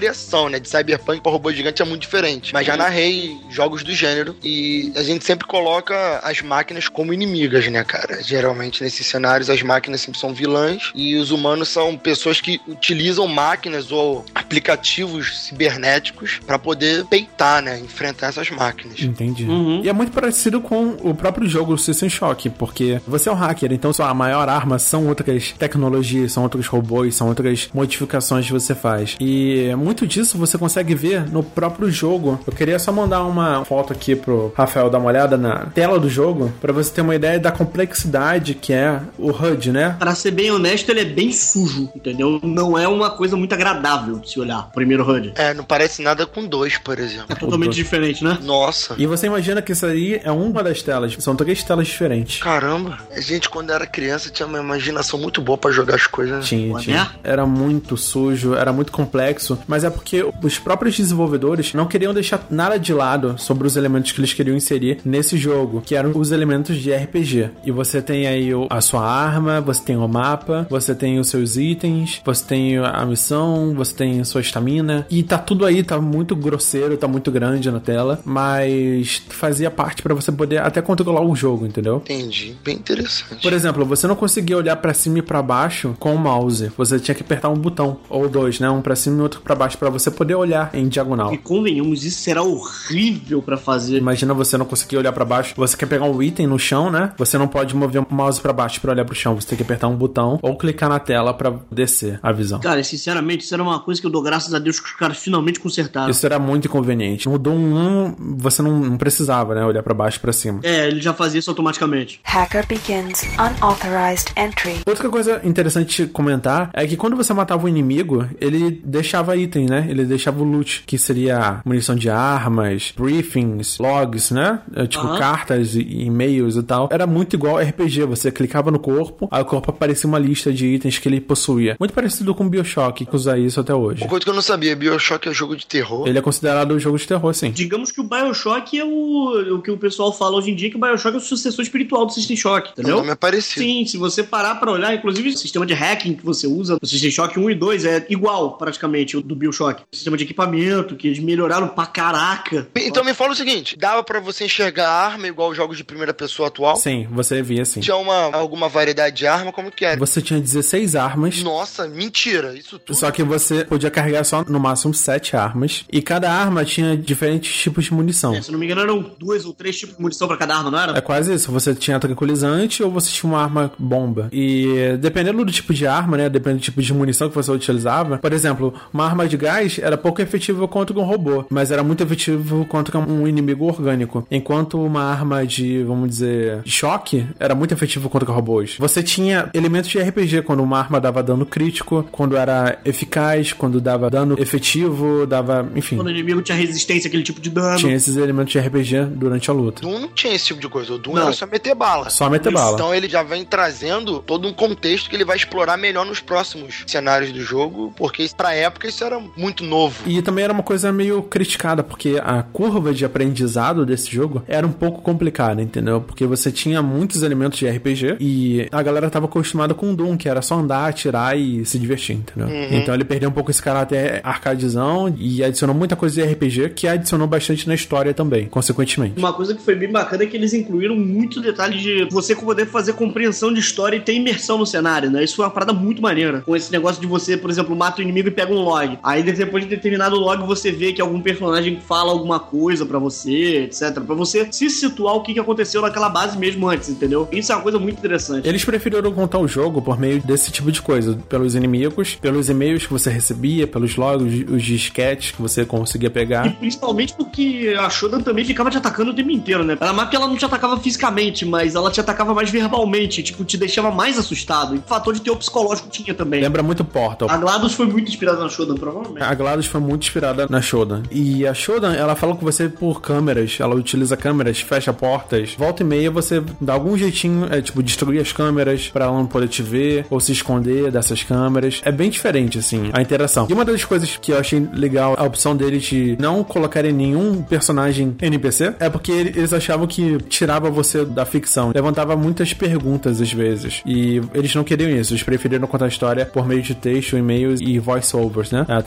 transição, né? De Cyberpunk pra robô gigante é muito diferente. Mas já narrei jogos do gênero e a gente sempre coloca as máquinas como inimigas, né, cara? Geralmente nesses cenários as máquinas sempre são vilãs e os humanos são pessoas que utilizam máquinas ou aplicativos cibernéticos pra poder peitar, né? Enfrentar essas máquinas. Entendi. Uhum. E é muito parecido com o próprio jogo System Shock, porque você é um hacker, então sua maior arma são outras tecnologias, são outros robôs, são outras modificações que você faz. E muito disso você consegue ver no próprio jogo. Eu queria só mandar uma foto aqui pro Rafael dar uma olhada na tela do jogo, pra você ter uma ideia da complexidade que é o H U D, né? Pra ser bem honesto, ele é bem sujo, entendeu? Não é uma coisa muito agradável de se olhar, o primeiro H U D. É, não parece nada com dois, por exemplo. É totalmente diferente, né? Nossa. E você imagina que isso aí é uma das telas, são três telas diferentes. Caramba. A gente, quando era criança, tinha uma imaginação muito boa pra jogar as coisas, né? Tinha, tinha. Era muito sujo, era muito complexo, mas é porque os próprios desenvolvedores não queriam deixar nada de lado sobre os elementos que eles queriam inserir nesse jogo, que eram os elementos de R P G. E você tem aí o, a sua arma, você tem o mapa, você tem os seus itens, você tem a missão, você tem a sua estamina, e tá tudo aí, tá muito grosseiro, tá muito grande na tela, mas fazia parte pra você poder até controlar o jogo, entendeu? Entendi, bem interessante. Por exemplo, você não conseguia olhar pra cima e pra baixo com o mouse, você tinha que apertar um botão, ou dois, né? Um pra cima e outro pra baixo, pra você poder olhar em diagonal. E convenhamos, isso será horrível pra fazer. Imagina você não conseguir olhar pra baixo, você quer pegar um item no chão, né? Você não pode mover o mouse pra baixo pra olhar pro chão, você tem que apertar um botão ou clicar na tela pra descer a visão. Cara, sinceramente, isso era uma coisa que eu dou graças a Deus que os caras finalmente consertaram. Isso era muito inconveniente. No Doom um, você não, não precisava, né? Olhar pra baixo e pra cima. É, ele já fazia isso automaticamente. Hacker begins unauthorized entry. Outra coisa interessante comentar é que quando você matava o inimigo, ele deixava item, né? Ele deixava o loot, que seria munição de armas, briefings, logs, né? Tipo, uhum. cartas e e-mails e tal. Era muito igual R P G. Você clicava no corpo, aí o corpo aparecia uma lista de itens que ele possuía. Muito parecido com BioShock, que usa isso até hoje. Uma coisa que eu não sabia, BioShock é jogo de terror. Ele é considerado um jogo de terror, sim. Digamos que o BioShock é o, o que o pessoal fala hoje em dia, que o BioShock é o sucessor espiritual do System Shock, entendeu? O nome é parecido. Sim, se você parar pra olhar, inclusive o sistema de hacking que você usa no System Shock um e dois é igual, praticamente, o do BioShock. O sistema de equipamento, que eles melhoraram pra caraca. Então me fala o seguinte, dava pra você enxergar a arma igual os jogos de primeira pessoa atual? Sim, você via sim. Tinha uma, alguma variedade de arma, como que era? Você tinha dezesseis armas. Nossa, mentira, isso tudo? Só que você podia carregar só no máximo sete armas, e cada arma tinha diferentes tipos de munição. É, se não me engano eram duas ou três tipos de munição pra cada arma, não era? É quase isso, você tinha tranquilizante ou você tinha uma arma bomba. E dependendo do tipo de arma, né, dependendo do tipo de munição que você utilizava, por exemplo, uma arma de gás era pouco efetiva contra um robô, mas era muito efetivo contra um inimigo orgânico, enquanto uma arma de, vamos dizer, de choque era muito efetivo contra robôs. Você tinha elementos de R P G, quando uma arma dava dano crítico, quando era eficaz, quando dava dano efetivo, dava, enfim. Quando o inimigo tinha resistência àquele tipo de dano. Tinha esses elementos de R P G durante a luta. Doom não tinha esse tipo de coisa, o Doom não. era só meter bala. Só meter bala. Então ele já vem trazendo todo um contexto que ele vai explorar melhor nos próximos cenários do jogo, porque pra época isso era muito novo. E também era uma coisa meio criticada, porque a curva de aprendizado desse jogo era um pouco complicada, entendeu? Porque você tinha muitos elementos de R P G e a galera tava acostumada com o Doom, que era só andar, atirar e se divertir, entendeu? Uhum. Então ele perdeu um pouco esse caráter arcadezão e adicionou muita coisa de R P G, que adicionou bastante na história também, consequentemente. Uma coisa que foi bem bacana é que eles incluíram muito detalhe de você poder fazer compreensão de história e ter imersão no cenário, né? Isso foi uma parada muito maneira. Com esse negócio de você, por exemplo, mata o inimigo e pega um log. Aí depois de determinado log você vê que algum personagem fala alguma coisa pra você, etcétera. Pra você se situar o que aconteceu naquela base mesmo antes, entendeu? Isso é uma coisa muito interessante. Eles preferiram contar o jogo por meio desse tipo de coisa, pelos inimigos, pelos e-mails que você recebia, pelos logs, os disquetes que você conseguia pegar. E principalmente porque a Shodan também ficava te atacando o tempo inteiro, né? Era mais porque ela não te atacava fisicamente, mas ela te atacava mais verbalmente, tipo, te deixava mais assustado. E o fator de ter o psicológico tinha também. Lembra muito Portal. A GLaDOS foi muito inspirada na Shodan, provavelmente. A GLaDOS foi muito inspirada na Shodan. E a Shodan, ela fala com você por câmeras, ela utiliza câmeras, fecha portas. Volta e meia você dá algum jeitinho, é tipo, destruir as câmeras pra ela não poder te ver, ou se esconder dessas câmeras. É bem diferente, assim, a interação. E uma das coisas que eu achei legal, a opção deles de não colocarem nenhum personagem N P C, é porque eles achavam que tirava você da ficção. Levantava muitas perguntas, às vezes. E eles não queriam isso. Eles preferiram contar a história por meio de texto, e-mails e voice-overs, né? A televisão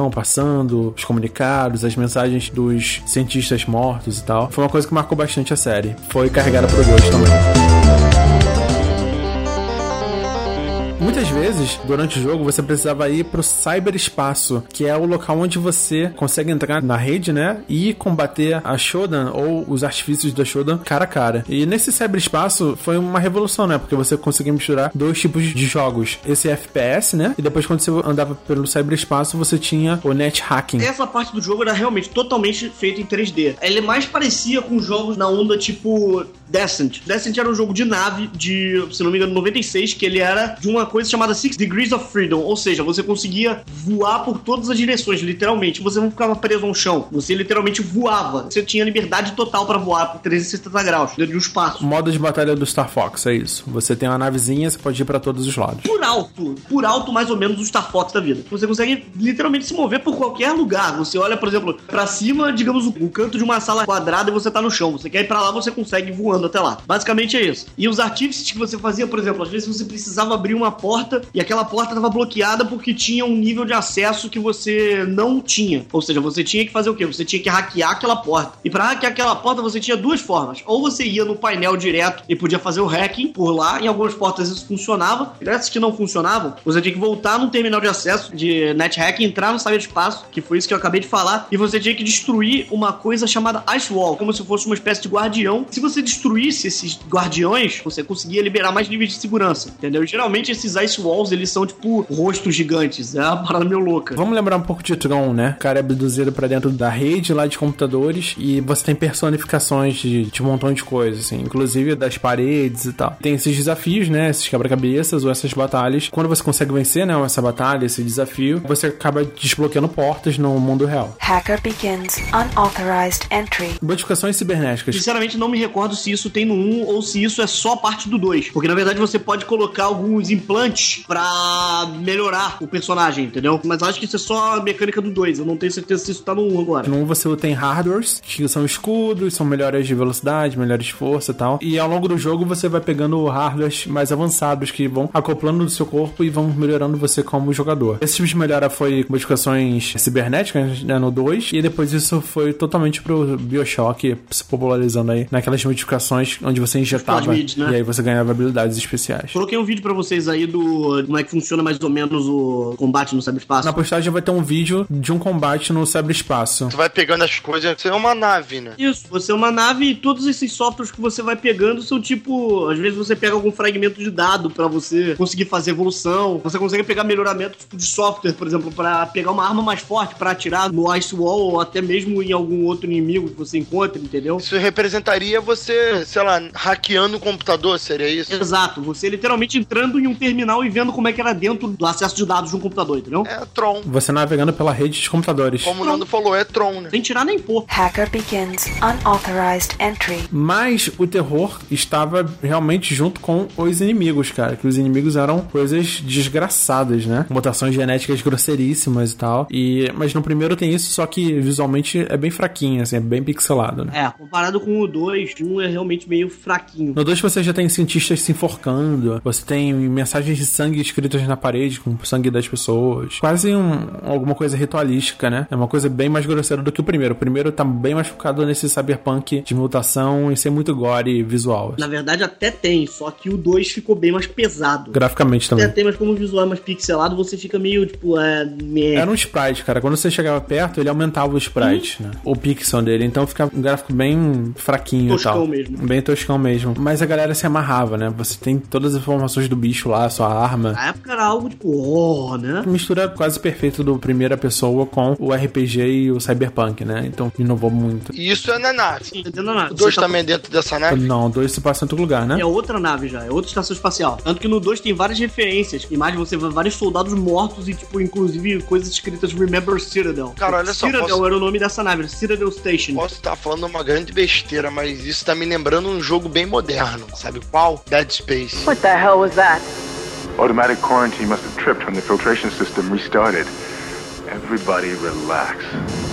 informação passando, os comunicados, as mensagens dos cientistas mortos e tal. Foi uma coisa que marcou bastante a série. Foi carregada por dois também. Muitas vezes, durante o jogo, você precisava ir pro cyberespaço, que é o local onde você consegue entrar na rede, né, e combater a Shodan ou os artifícios da Shodan cara a cara. E nesse cyberespaço foi uma revolução, né, porque você conseguia misturar dois tipos de jogos. Esse F P S, né, e depois quando você andava pelo cyberespaço, você tinha o net hacking. Essa parte do jogo era realmente totalmente feita em três D. Ele mais parecia com jogos na onda tipo Descent. Descent era um jogo de nave de, se não me engano, noventa e seis, que ele era de uma coisa chamada Six Degrees of Freedom, ou seja, você conseguia voar por todas as direções, literalmente. Você não ficava preso ao chão, você literalmente voava. Você tinha liberdade total pra voar por trezentos e sessenta graus, dentro de um espaço. Modo de batalha do Star Fox, é isso. Você tem uma navezinha, você pode ir pra todos os lados. Por alto, por alto mais ou menos o Star Fox da vida. Você consegue literalmente se mover por qualquer lugar. Você olha, por exemplo, pra cima, digamos, o canto de uma sala quadrada e você tá no chão. Você quer ir pra lá, você consegue ir voando até lá. Basicamente é isso. E os artífices que você fazia, por exemplo, às vezes você precisava abrir uma porta e aquela porta estava bloqueada porque tinha um nível de acesso que você não tinha. Ou seja, você tinha que fazer o quê? Você tinha que hackear aquela porta. E para hackear aquela porta você tinha duas formas. Ou você ia no painel direto e podia fazer o hacking por lá. Em algumas portas isso funcionava. E nessas que não funcionavam, você tinha que voltar no terminal de acesso de net hacking, entrar no cyberespaço, que foi isso que eu acabei de falar, e você tinha que destruir uma coisa chamada Ice Wall, como se fosse uma espécie de guardião. Se você destruísse esses guardiões, você conseguia liberar mais níveis de segurança, entendeu? E, geralmente esses Ice Walls, eles são tipo rostos gigantes, é uma parada meio louca. Vamos lembrar um pouco de Tron, né? O cara é abduzido pra dentro da rede lá de computadores e você tem personificações de, de um montão de coisas, assim, inclusive das paredes e tal. Tem esses desafios, né? Esses quebra-cabeças ou essas batalhas. Quando você consegue vencer, né? Essa batalha, esse desafio, você acaba desbloqueando portas no mundo real. Hacker begins unauthorized entry. Modificações cibernéticas. Sinceramente, não me recordo se isso tem no um ou se isso é só parte do dois. Porque, na verdade, você pode colocar alguns implantes pra melhorar o personagem, entendeu? Mas acho que isso é só a mecânica do dois. Eu não tenho certeza se isso tá no um agora. No um você tem hardwares, que são escudos, são melhores de velocidade, melhores de força e tal. E ao longo do jogo você vai pegando hardwares mais avançados que vão acoplando no seu corpo e vão melhorando você como jogador. Esse tipo de melhora foi modificações cibernéticas, né, no dois, e depois isso foi totalmente pro BioShock, se popularizando aí naquelas modificações onde você injetava Mid, né? E aí você ganhava habilidades especiais. Coloquei um vídeo pra vocês aí do como é que funciona mais ou menos o combate no cyberespaço. Na postagem vai ter um vídeo de um combate no cyberespaço. Tu vai pegando as coisas, você é uma nave, né? Isso, você é uma nave e todos esses softwares que você vai pegando são tipo, às vezes você pega algum fragmento de dado pra você conseguir fazer evolução, você consegue pegar melhoramento tipo de software, por exemplo, pra pegar uma arma mais forte pra atirar no Ice Wall ou até mesmo em algum outro inimigo que você encontre, entendeu? Isso representaria você, sei lá, hackeando o computador, seria isso? Exato, você literalmente entrando em um terminal e vendo como é que era dentro do acesso de dados de um computador, entendeu? É Tron. Você navegando pela rede de computadores. Como o Nando falou, é Tron, né? Sem tirar nem pôr. Hacker begins unauthorized entry. Mas o terror estava realmente junto com os inimigos, cara. Que os inimigos eram coisas desgraçadas, né? Mutações genéticas grosseiríssimas e tal. E, mas no primeiro tem isso, só que visualmente é bem fraquinho, assim, é bem pixelado, né? É, comparado com o dois, um é realmente meio fraquinho. No dois você já tem cientistas se enforcando, você tem mensagens de sangue escritas na parede com o sangue das pessoas. Quase um, alguma coisa ritualística, né? É uma coisa bem mais grosseira do que o primeiro. O primeiro tá bem mais focado nesse cyberpunk de mutação e ser muito gore visual. Na verdade até tem, só que o dois ficou bem mais pesado. Graficamente também. Até tem, mas como o visual é mais pixelado, você fica meio, tipo, é... Me... Era um sprite, cara. Quando você chegava perto, ele aumentava o sprite, hum. né? O pixel dele. Então ficava um gráfico bem fraquinho toscão e tal. mesmo. Bem toscão mesmo. Mas a galera se amarrava, né? Você tem todas as informações do bicho lá, sua arma. Na época era algo, tipo, oh, né? Mistura quase perfeita do primeira pessoa com o R P G e o cyberpunk, né? Então inovou muito. E isso é na nave. Sim, é dentro da nave. O dois tá... também é dentro dessa nave? Não, o dois se passa em outro lugar, né? É outra nave já, é outra estação espacial. Tanto que no dois tem várias referências. Imagem você vê vários soldados mortos e, tipo, inclusive coisas escritas Remember Citadel. Cara, olha só. Citadel posso... era o nome dessa nave, Citadel Station. Posso estar falando uma grande besteira, mas isso tá me lembrando um jogo bem moderno. Sabe qual? Dead Space. What the hell was that? Automatic quarantine must have tripped when the filtration system restarted. Everybody relax.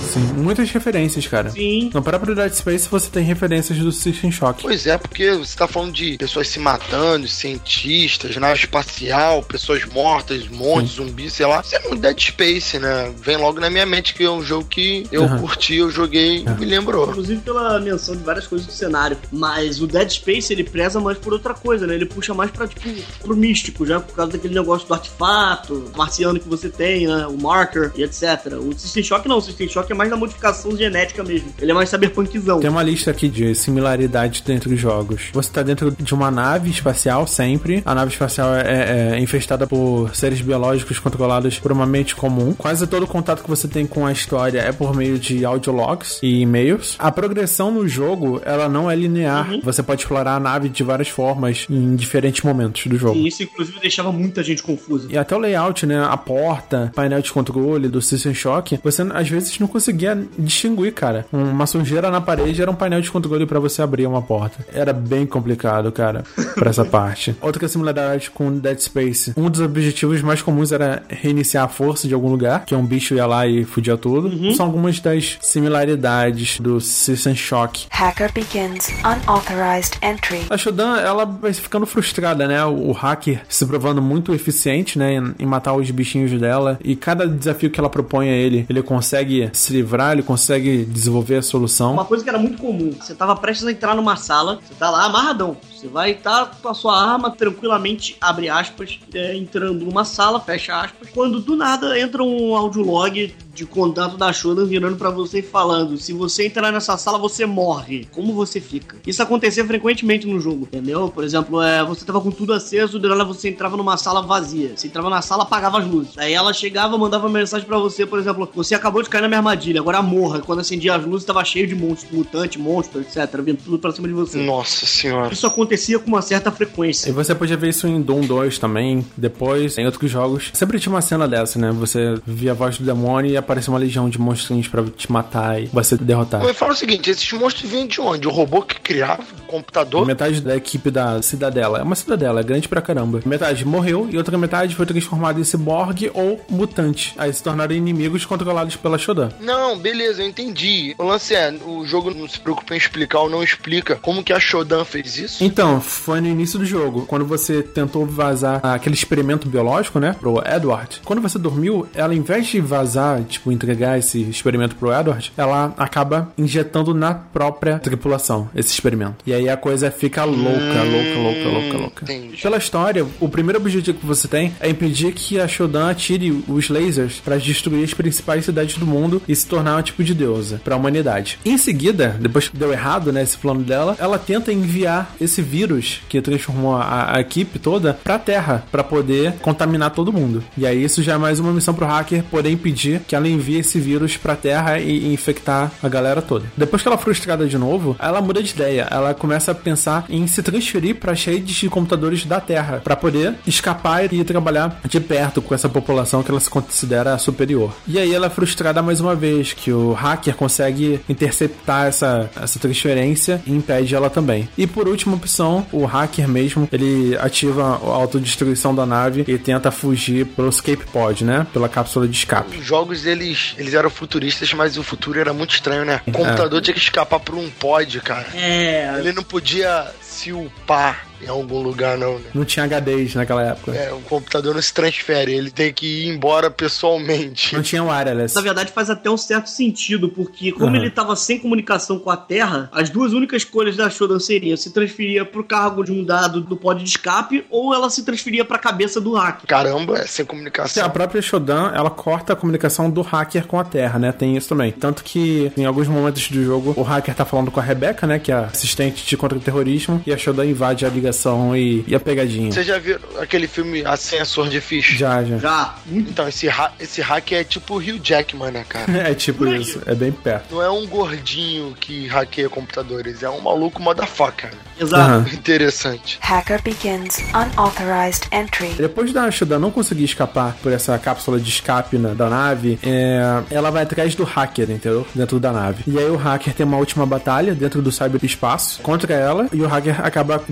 Sim, muitas referências, cara. Sim. No próprio Dead Space você tem referências do System Shock. Pois é, porque você tá falando de pessoas se matando, cientistas, nave espacial, pessoas mortas, monstros, zumbis, sei lá. Isso é no Dead Space, né? Vem logo na minha mente que é um jogo que eu uhum. curti, eu joguei e uhum. me lembrou. Inclusive pela menção de várias coisas do cenário. Mas o Dead Space, ele preza mais por outra coisa, né? Ele puxa mais pra, tipo, pro místico, já por causa daquele negócio do artefato marciano que você tem, né? O marker e etcétera. O System Shock não. O System Shock é mais na modificação genética mesmo. Ele é mais cyberpunkzão. Tem uma lista aqui de similaridades dentro dos jogos. Você tá dentro de uma nave espacial sempre. A nave espacial é, é infestada por seres biológicos controlados por uma mente comum. Quase todo o contato que você tem com a história é por meio de audiologs e e-mails. A progressão no jogo, ela não é linear. Uhum. Você pode explorar a nave de várias formas em diferentes momentos do jogo. E isso, inclusive, deixava muita gente confusa. E até o layout, né? A porta, painel de controle do System Shock, você às vezes não conseguia distinguir, cara. Uma sujeira na parede era um painel de controle pra você abrir uma porta. Era bem complicado, cara, pra essa parte. Outra similaridade com Dead Space. Um dos objetivos mais comuns era reiniciar a força de algum lugar, que um bicho ia lá e fudia tudo. Uhum. São algumas das similaridades do System Shock. Hacker begins unauthorized entry. A Shodan, ela vai ficando frustrada, né? O hacker se provando muito eficiente, né? Em, em matar os bichinhos dela. E cada desafio que ela propõe a ele, ele consegue se livrar, ele consegue desenvolver a solução. Uma coisa que era muito comum. Você tava prestes a entrar numa sala, você tá lá amarradão. Você vai estar com a sua arma tranquilamente, abre aspas, é, entrando numa sala, fecha aspas. Quando do nada entra um audiolog de contato da Shodan virando pra você e falando: se você entrar nessa sala, você morre. Como você fica? Isso acontecia frequentemente no jogo, entendeu? Por exemplo, é, você tava com tudo aceso, de nada você entrava numa sala vazia. Você entrava na sala, apagava as luzes. Aí ela chegava, mandava uma mensagem pra você, por exemplo: você acabou de cair na minha armadilha, agora morra. Quando acendia as luzes, tava cheio de monstros, mutante, monstro, etcétera, vindo tudo pra cima de você. Nossa senhora. Isso acontecia com uma certa frequência. E você podia ver isso em Doom dois também, depois, em outros jogos. Sempre tinha uma cena dessa, né? Você via a voz do demônio e aparecia uma legião de monstrinhos pra te matar e você derrotar. Eu falo o seguinte, esses monstros vêm de onde? O robô que criava? O computador? Metade da equipe da Cidadela. É uma cidadela, é grande pra caramba. Metade morreu e outra metade foi transformada em ciborgue ou mutante. Aí se tornaram inimigos controlados pela Shodan. Não, beleza, eu entendi. O lance é, o jogo não se preocupa em explicar ou não explica como que a Shodan fez isso? Então, foi no início do jogo, quando você tentou vazar aquele experimento biológico, né, pro Edward. Quando você dormiu, ela, em vez de vazar, tipo, entregar esse experimento pro Edward, ela acaba injetando na própria tripulação esse experimento. E aí a coisa fica louca, hum, louca, louca, louca, louca. Entendi. Pela história, o primeiro objetivo que você tem é impedir que a Shodan atire os lasers para destruir as principais cidades do mundo e se tornar um tipo de deusa pra humanidade. Em seguida, depois que deu errado, né, esse plano dela, ela tenta enviar esse vírus que transformou a, a equipe toda pra Terra, pra poder contaminar todo mundo. E aí isso já é mais uma missão pro hacker poder impedir que ela envie esse vírus pra Terra e, e infectar a galera toda. Depois que ela é frustrada de novo, ela muda de ideia. Ela começa a pensar em se transferir pra redes de computadores da Terra, pra poder escapar e trabalhar de perto com essa população que ela se considera superior. E aí ela é frustrada mais uma vez, que o hacker consegue interceptar essa, essa transferência e impede ela também. E por última opção, o hacker mesmo, ele ativa a autodestruição da nave e tenta fugir pro escape pod, né? Pela cápsula de escape. Os jogos, eles, eles eram futuristas, mas o futuro era muito estranho, né? O computador é. tinha que escapar por um pod, cara. É. Ele não podia se upar em algum lugar, não, né? Não tinha H Ds naquela época. É, o computador não se transfere, ele tem que ir embora pessoalmente. Não tinha wireless. Na verdade, faz até um certo sentido, porque como uhum. ele tava sem comunicação com a Terra, as duas únicas escolhas da Shodan seriam se transferia pro cargo de um dado do pod de escape, ou ela se transferia pra cabeça do hacker. Caramba, é sem comunicação. A própria Shodan, ela corta a comunicação do hacker com a Terra, né? Tem isso também. Tanto que, em alguns momentos do jogo, o hacker tá falando com a Rebecca, né? Que é a assistente de contra-terrorismo, e a Shodan invade a ligação e, e a pegadinha. Você já viu aquele filme Ascensor de Fish? Já, já. Já. Então, esse, ha- esse hacker é tipo o Hugh Jackman, né, cara? É tipo isso. É bem perto. Não é um gordinho que hackeia computadores, é um maluco motherfucker. Exato. Uhum. Interessante. Hacker begins unauthorized entry. Depois da Shodan não conseguir escapar por essa cápsula de escape na, da nave, é, ela vai atrás do hacker, entendeu? Dentro da nave. E aí o hacker tem uma última batalha dentro do cyberespaço contra ela e o hacker acaba ganhando.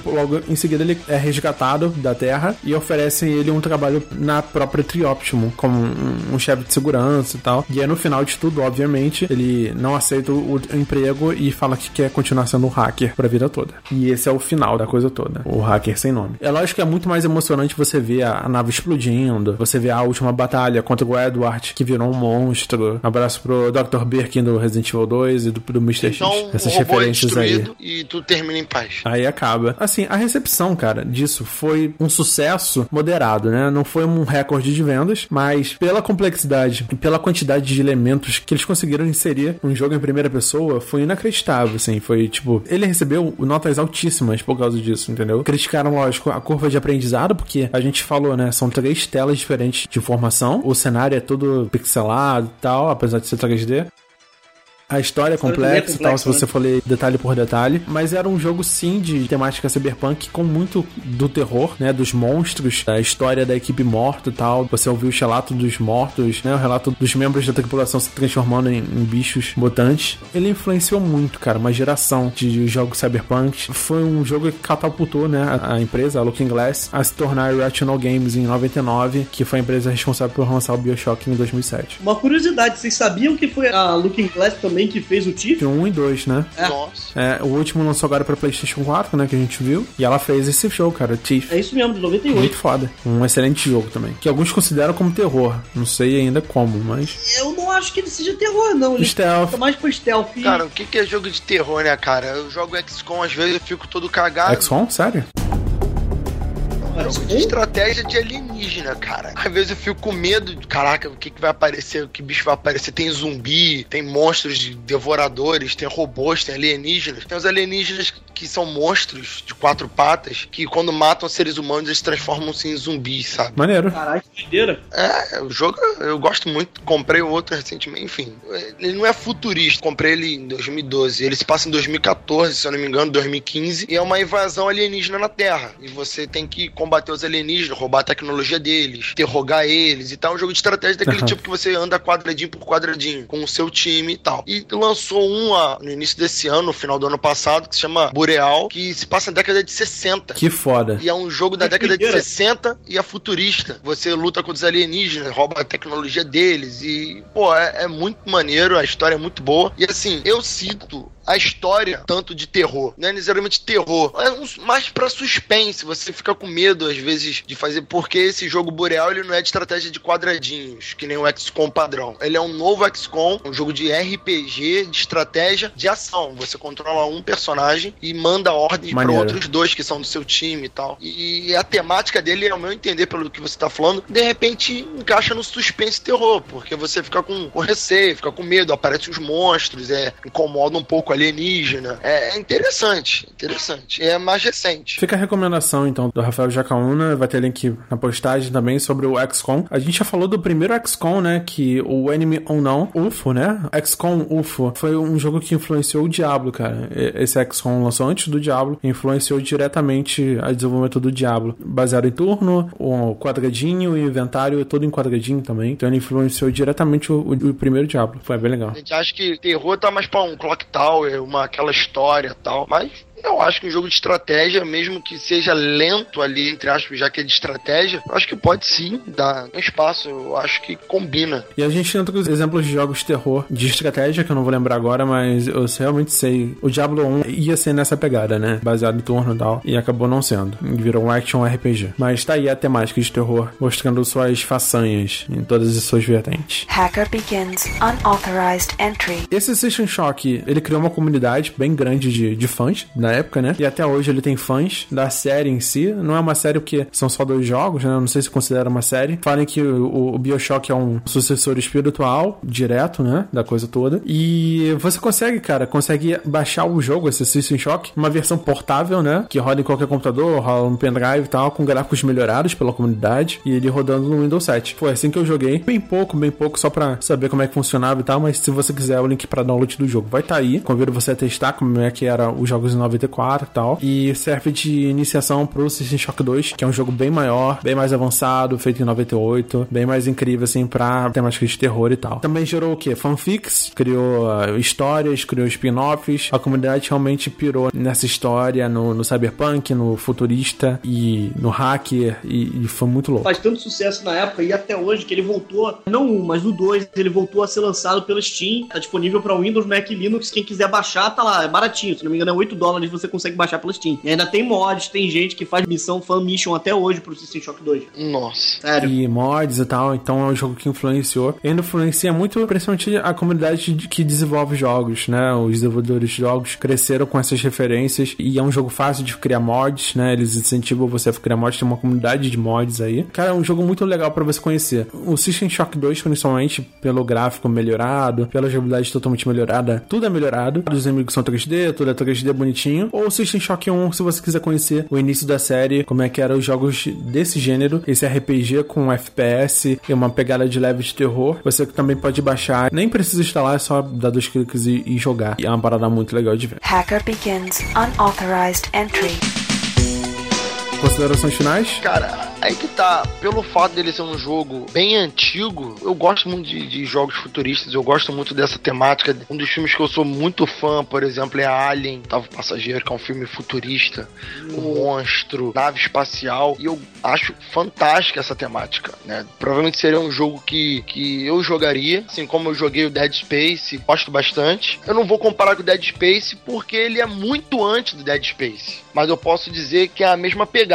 logo em seguida ele é resgatado da Terra e oferecem ele um trabalho na própria Trioptimum, como um, um chefe de segurança e tal. E aí no final de tudo, obviamente, ele não aceita o, o emprego e fala que quer continuar sendo um hacker pra vida toda. E esse é o final da coisa toda. O hacker sem nome. É lógico que é muito mais emocionante você ver a, a nave explodindo, você ver a última batalha contra o Edward, que virou um monstro. Um abraço pro doutor Birkin do Resident Evil dois e do, do mister Então, X. Essas o robô referências é aí. E tudo termina em paz. Aí acaba. Assim, a recepção, cara, disso foi um sucesso moderado, né? Não foi um recorde de vendas, mas pela complexidade e pela quantidade de elementos que eles conseguiram inserir um jogo em primeira pessoa, foi inacreditável, assim. Foi, tipo, ele recebeu notas altíssimas por causa disso, entendeu? Criticaram, lógico, a curva de aprendizado, porque a gente falou, né? São três telas diferentes de informação. O cenário é todo pixelado e tal, apesar de ser três D. A história é complexa e tal, se você for ler detalhe por detalhe. Mas era um jogo, sim, de temática cyberpunk com muito do terror, né? Dos monstros, da história da equipe morta e tal. Você ouviu o relato dos mortos, né? O relato dos membros da tripulação se transformando em, em bichos mutantes. Ele influenciou muito, cara, uma geração de jogos cyberpunk. Foi um jogo que catapultou, né? A, a empresa, a Looking Glass, a se tornar a Irrational Games em noventa e nove, que foi a empresa responsável por lançar o BioShock em dois mil e sete. Uma curiosidade, vocês sabiam que foi a Looking Glass também que fez o Thief? um e dois, né? É. Nossa. É, o último lançou agora pra PlayStation quatro, né? Que a gente viu. E ela fez esse jogo, cara, Thief. É isso mesmo, de noventa e oito. Muito foda. Um excelente jogo também. Que alguns consideram como terror. Não sei ainda como, mas... Eu não acho que ele seja terror, não. Ele Stealth. fica mais pro stealth. Cara, o que que é jogo de terror, né, cara? Eu jogo X COM, às vezes eu fico todo cagado. X COM? Sério? É jogo de estratégia de alienígena, cara. Às vezes eu fico com medo de, caraca, o que que vai aparecer, o que bicho vai aparecer. Tem zumbi, tem monstros de devoradores, tem robôs, tem alienígenas. Tem os alienígenas que são monstros de quatro patas, que quando matam seres humanos, eles transformam-se em zumbis, sabe? Maneiro. Caralho, que doideira. É, o jogo eu gosto muito. Comprei o outro recentemente, enfim. Ele não é futurista. Comprei ele em dois mil e doze. Ele se passa em dois mil e catorze, se eu não me engano, dois mil e quinze. E é uma invasão alienígena na Terra. E você tem que combater os alienígenas, roubar a tecnologia deles, interrogar eles e tal. É um jogo de estratégia daquele uhum. tipo que você anda quadradinho por quadradinho com o seu time e tal. E lançou um ah, no início desse ano, no final do ano passado, que se chama Boreal, que se passa na década de sessenta. Que foda. E é um jogo da que década primeira. de sessenta e é futurista. Você luta contra os alienígenas, rouba a tecnologia deles e, pô, é, é muito maneiro, a história é muito boa. E assim, eu cito a história tanto de terror, não é necessariamente terror, é um, mais pra suspense, você fica com medo às vezes de fazer, porque esse jogo Boreal ele não é de estratégia de quadradinhos, que nem o X COM padrão, ele é um novo X COM, um jogo de R P G, de estratégia, de ação, você controla um personagem e manda ordens para outros dois que são do seu time e tal, e a temática dele, ao meu entender, pelo que você tá falando, de repente encaixa no suspense e terror, porque você fica com, com receio, fica com medo, aparecem os monstros, é, incomoda um pouco alienígena. É interessante, interessante. É mais recente. Fica a recomendação, então, do Rafael Jacaúna. Vai ter link na postagem também sobre o X COM. A gente já falou do primeiro X COM, né? Que o Enemy Unknown, U F O, né? X COM U F O foi um jogo que influenciou o Diablo, cara. Esse X COM lançou antes do Diablo e influenciou diretamente o desenvolvimento do Diablo. Baseado em turno, o quadradinho e o inventário é todo em quadradinho também. Então ele influenciou diretamente o, o, o primeiro Diablo. Foi bem legal. A gente acha que terror tá mais pra um Clock Tower, uma aquela história e tal, mas eu acho que um jogo de estratégia, mesmo que seja lento ali, entre aspas, já que é de estratégia, eu acho que pode sim dar um espaço, eu acho que combina. E a gente tem outros exemplos de jogos de terror de estratégia, que eu não vou lembrar agora, mas eu realmente sei. O Diablo um ia ser nessa pegada, né? Baseado em turno e tal, e acabou não sendo. Virou um action R P G. Mas tá aí a temática de terror, mostrando suas façanhas em todas as suas vertentes. Hacker begins unauthorized entry. Esse System Shock, ele criou uma comunidade bem grande de, de fãs, na época, né? E até hoje ele tem fãs da série em si. Não é uma série porque são só dois jogos, né? Eu não sei se considera uma série. Falem que o, o BioShock é um sucessor espiritual, direto, né? Da coisa toda. E você consegue, cara, consegue baixar o jogo, esse System Shock, uma versão portável, né? Que roda em qualquer computador, roda no pendrive e tal, com gráficos melhorados pela comunidade. E ele rodando no Windows sete. Foi assim que eu joguei. Bem pouco, bem pouco, só pra saber como é que funcionava e tal. Mas se você quiser o link pra download do jogo, vai estar tá aí. Convido você a testar como é que era os jogos em noventa noventa e quatro e tal, e serve de iniciação pro System Shock dois, que é um jogo bem maior, bem mais avançado, feito em noventa e oito, bem mais incrível, assim, pra temática de terror e tal. Também gerou o quê? Fanfics, criou uh, histórias, criou spin-offs, a comunidade realmente pirou nessa história, no, no cyberpunk, no futurista e no hacker, e, e foi muito louco. Faz tanto sucesso na época e até hoje que ele voltou, não um, mas o dois, ele voltou a ser lançado pela Steam, tá disponível pra Windows, Mac e Linux, quem quiser baixar, tá lá, é baratinho, se não me engano é oito dólares, você consegue baixar pela Steam. E ainda tem mods, tem gente que faz missão, fan mission até hoje pro System Shock dois. Nossa. Sério. E mods e tal, então é um jogo que influenciou. E ainda influencia muito, principalmente a comunidade que desenvolve jogos, né? Os desenvolvedores de jogos cresceram com essas referências e é um jogo fácil de criar mods, né? Eles incentivam você a criar mods, tem uma comunidade de mods aí. Cara, é um jogo muito legal pra você conhecer. O System Shock dois, principalmente pelo gráfico melhorado, pela jogabilidade totalmente melhorada, tudo é melhorado. Os inimigos são três D, tudo é três D bonitinho. Ou o System Shock um, se você quiser conhecer o início da série, como é que eram os jogos desse gênero, esse R P G com F P S e uma pegada de leve de terror, você também pode baixar, nem precisa instalar, é só dar dois cliques e, e jogar. E é uma parada muito legal de ver. Hacker begins unauthorized entry. Considerações finais? Cara, aí que tá, pelo fato dele ser um jogo bem antigo, eu gosto muito de, de jogos futuristas, eu gosto muito dessa temática. Um dos filmes que eu sou muito fã, por exemplo, é Alien, Oitavo Passageiro, que é um filme futurista, com um monstro, nave espacial, e eu acho fantástica essa temática, né? Provavelmente seria um jogo que, que eu jogaria, assim como eu joguei o Dead Space, gosto bastante. Eu não vou comparar com o Dead Space porque ele é muito antes do Dead Space, mas eu posso dizer que é a mesma pegada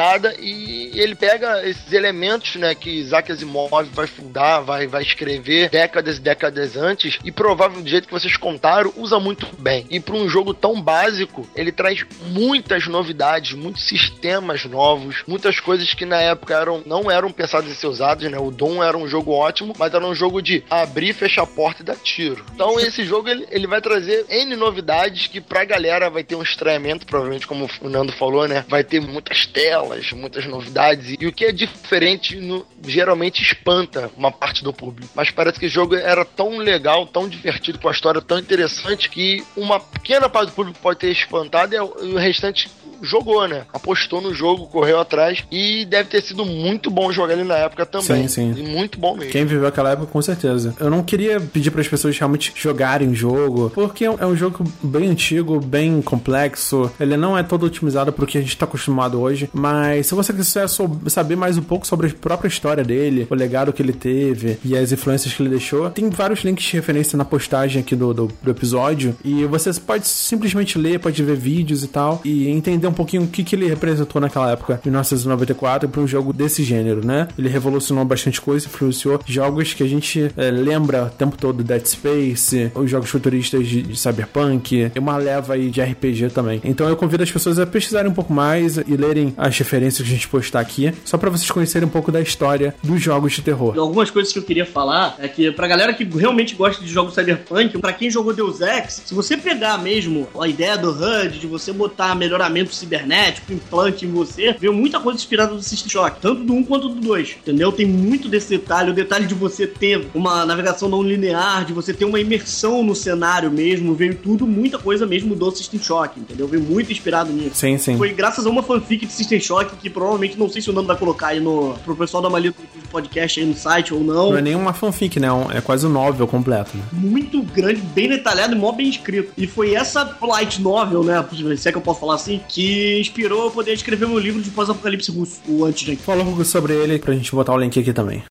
e ele pega esses elementos, né, que Isaac Asimov vai fundar, vai, vai escrever décadas e décadas antes, e provavelmente do jeito que vocês contaram, usa muito bem. E para um jogo tão básico, ele traz muitas novidades, muitos sistemas novos, muitas coisas que na época eram, não eram pensadas em ser usadas, né? O Doom era um jogo ótimo, mas era um jogo de abrir, fechar a porta e dar tiro. Então esse jogo, ele, ele vai trazer N novidades que pra galera vai ter um estranhamento, provavelmente como o Nando falou, né? Vai ter muitas telas, muitas novidades, e o que é diferente no, geralmente espanta uma parte do público, mas parece que o jogo era tão legal, tão divertido, com a história tão interessante, que uma pequena parte do público pode ter espantado e o restante jogou, né? Apostou no jogo, correu atrás, e deve ter sido muito bom jogar ele na época também. Sim, sim. E muito bom mesmo. Quem viveu aquela época, com certeza. Eu não queria pedir para as pessoas realmente jogarem o jogo, porque é um jogo bem antigo, bem complexo, ele não é todo otimizado pro que a gente tá acostumado hoje, mas se você quiser saber mais um pouco sobre a própria história dele, o legado que ele teve e as influências que ele deixou, tem vários links de referência na postagem aqui do, do, do episódio, e você pode simplesmente ler, pode ver vídeos e tal, e entender um pouquinho o que, que ele representou naquela época, em mil novecentos e noventa e quatro, para um jogo desse gênero, né? Ele revolucionou bastante coisa, influenciou jogos que a gente é, lembra o tempo todo, Dead Space, os jogos futuristas de, de Cyberpunk, e uma leva aí de R P G também. Então eu convido as pessoas a pesquisarem um pouco mais e lerem as referências que a gente postar aqui, só pra vocês conhecerem um pouco da história dos jogos de terror. Algumas coisas que eu queria falar é que pra galera que realmente gosta de jogos Cyberpunk, pra quem jogou Deus Ex, se você pegar mesmo a ideia do H U D, de você botar melhoramento cibernético, implante em você, veio muita coisa inspirada do System Shock, tanto do um quanto do dois, entendeu? Tem muito desse detalhe, o detalhe de você ter uma navegação não linear, de você ter uma imersão no cenário mesmo, veio tudo, muita coisa mesmo do System Shock, entendeu? Veio muito inspirado nisso. Sim, sim. Foi graças a uma fanfic de System Shock que provavelmente, não sei se o Nando vai colocar aí no, pro pessoal da Malito do podcast aí no site ou não. Não é nenhuma fanfic, né? É quase um novel completo, né? Muito grande, bem detalhado e mó bem escrito. E foi essa light novel, né? Se é que eu posso falar assim, que inspirou eu poder escrever meu livro de pós-apocalipse russo, o Antigen. Fala um pouco sobre ele pra gente botar o link aqui também.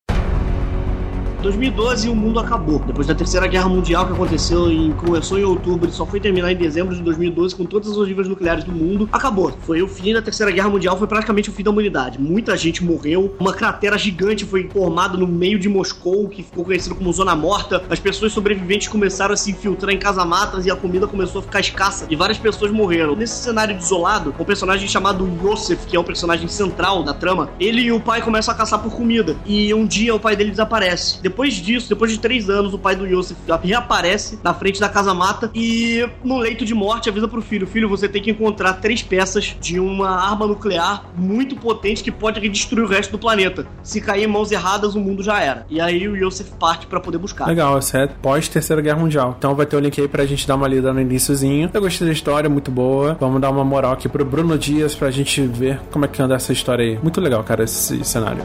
dois mil e doze o mundo acabou. Depois da Terceira Guerra Mundial, que aconteceu em, começou em outubro e só foi terminar em dezembro de dois mil e doze, com todas as ogivas nucleares do mundo, acabou. Foi o fim da Terceira Guerra Mundial, foi praticamente o fim da humanidade. Muita gente morreu, uma cratera gigante foi formada no meio de Moscou, que ficou conhecido como Zona Morta. As pessoas sobreviventes começaram a se infiltrar em casamatas e a comida começou a ficar escassa e várias pessoas morreram. Nesse cenário desolado, um personagem chamado Yosef, que é o personagem central da trama, ele e o pai começam a caçar por comida, e um dia o pai dele desaparece. Depois disso, depois de três anos, o pai do Yosef reaparece na frente da casa mata e no leito de morte avisa pro filho: filho, você tem que encontrar três peças de uma arma nuclear muito potente que pode destruir o resto do planeta. Se cair em mãos erradas, o mundo já era. E aí o Yosef parte pra poder buscar. Legal, isso é pós-Terceira Guerra Mundial. Então vai ter o link aí pra gente dar uma lida no iniciozinho. Eu gostei da história, muito boa. Vamos dar uma moral aqui pro Bruno Dias pra gente ver como é que anda essa história aí. Muito legal, cara, esse cenário.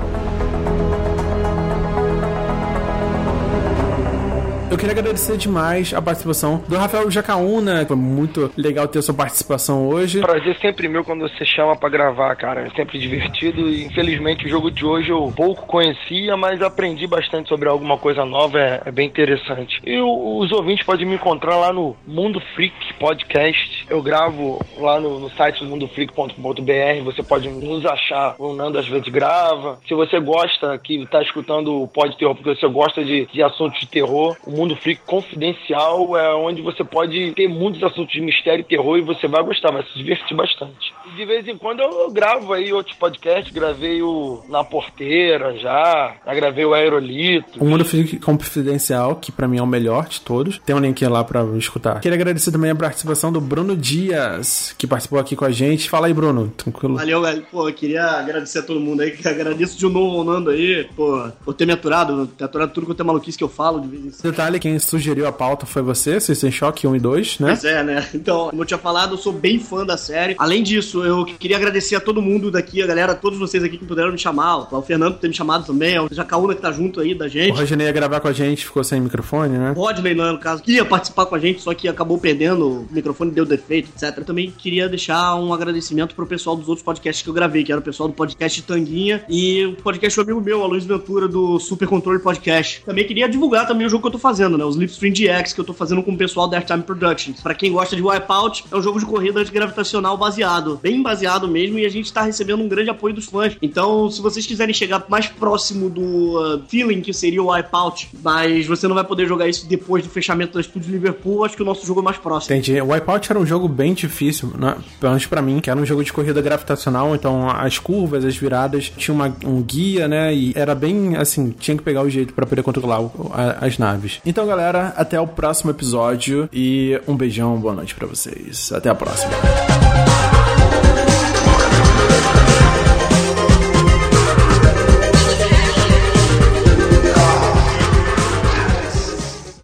Eu queria agradecer demais a participação do Rafael Jacaúna. Foi muito legal ter a sua participação hoje. Prazer sempre meu quando você chama pra gravar, cara. É sempre divertido e infelizmente o jogo de hoje eu pouco conhecia, mas aprendi bastante sobre alguma coisa nova, é, é bem interessante. E o, os ouvintes podem me encontrar lá no Mundo Freak Podcast. Eu gravo lá no, no site mundo freak ponto com ponto b r. Você pode nos achar, o Nando às vezes grava. Se você gosta, que tá escutando o Pod Terror porque você gosta de, de assuntos de terror, o Mundo Freak Confidencial é onde você pode ter muitos assuntos de mistério e terror e você vai gostar, vai se divertir bastante. E de vez em quando eu gravo aí outros podcasts, gravei o Na Porteira já, já gravei o Aerolito. O Mundo Freak Confidencial, que pra mim é o melhor de todos, tem um link lá pra escutar. Queria agradecer também a participação do Bruno Dias, que participou aqui com a gente. Fala aí, Bruno, tranquilo? Valeu, velho. Pô, eu queria agradecer a todo mundo aí, que agradeço de novo ao Nando aí, pô, por ter me aturado, ter aturado tudo quanto é maluquice que eu falo de vez em quando. Detalhe, quem sugeriu a pauta foi você, System Shock um e dois, né? Pois é, né? Então, como eu tinha falado, eu sou bem fã da série. Além disso, eu queria agradecer a todo mundo daqui, a galera, todos vocês aqui que puderam me chamar, o Fernando por ter me chamado também, o Jacaúna que tá junto aí da gente. O Roginei ia gravar com a gente, ficou sem microfone, né? O Rodney, no caso, que ia participar com a gente, só que acabou perdendo, o microfone deu defeito, etcétera. Eu também queria deixar um agradecimento pro pessoal dos outros podcasts que eu gravei, que era o pessoal do podcast Tanguinha e o podcast do amigo meu, a Luiz Ventura, do Super Controle Podcast. Também queria divulgar também o jogo que eu tô fazendo, né? Os Slipstream G X, que eu tô fazendo com o pessoal da Airtime Productions. Pra quem gosta de Wipeout, é um jogo de corrida antigravitacional baseado, bem baseado mesmo, e a gente tá recebendo um grande apoio dos fãs. Então, se vocês quiserem chegar mais próximo do uh, feeling que seria o Wipeout, mas você não vai poder jogar isso depois do fechamento da Estúdio Liverpool, acho que o nosso jogo é mais próximo. Entendi. O Wipeout era um jogo bem difícil, né? Pelo menos pra mim, que era um jogo de corrida gravitacional, então as curvas, as viradas, tinha uma, um guia, né? E era bem, assim, tinha que pegar o jeito pra poder controlar o, a, as naves. Então, galera, até o próximo episódio e um beijão, boa noite pra vocês. Até a próxima.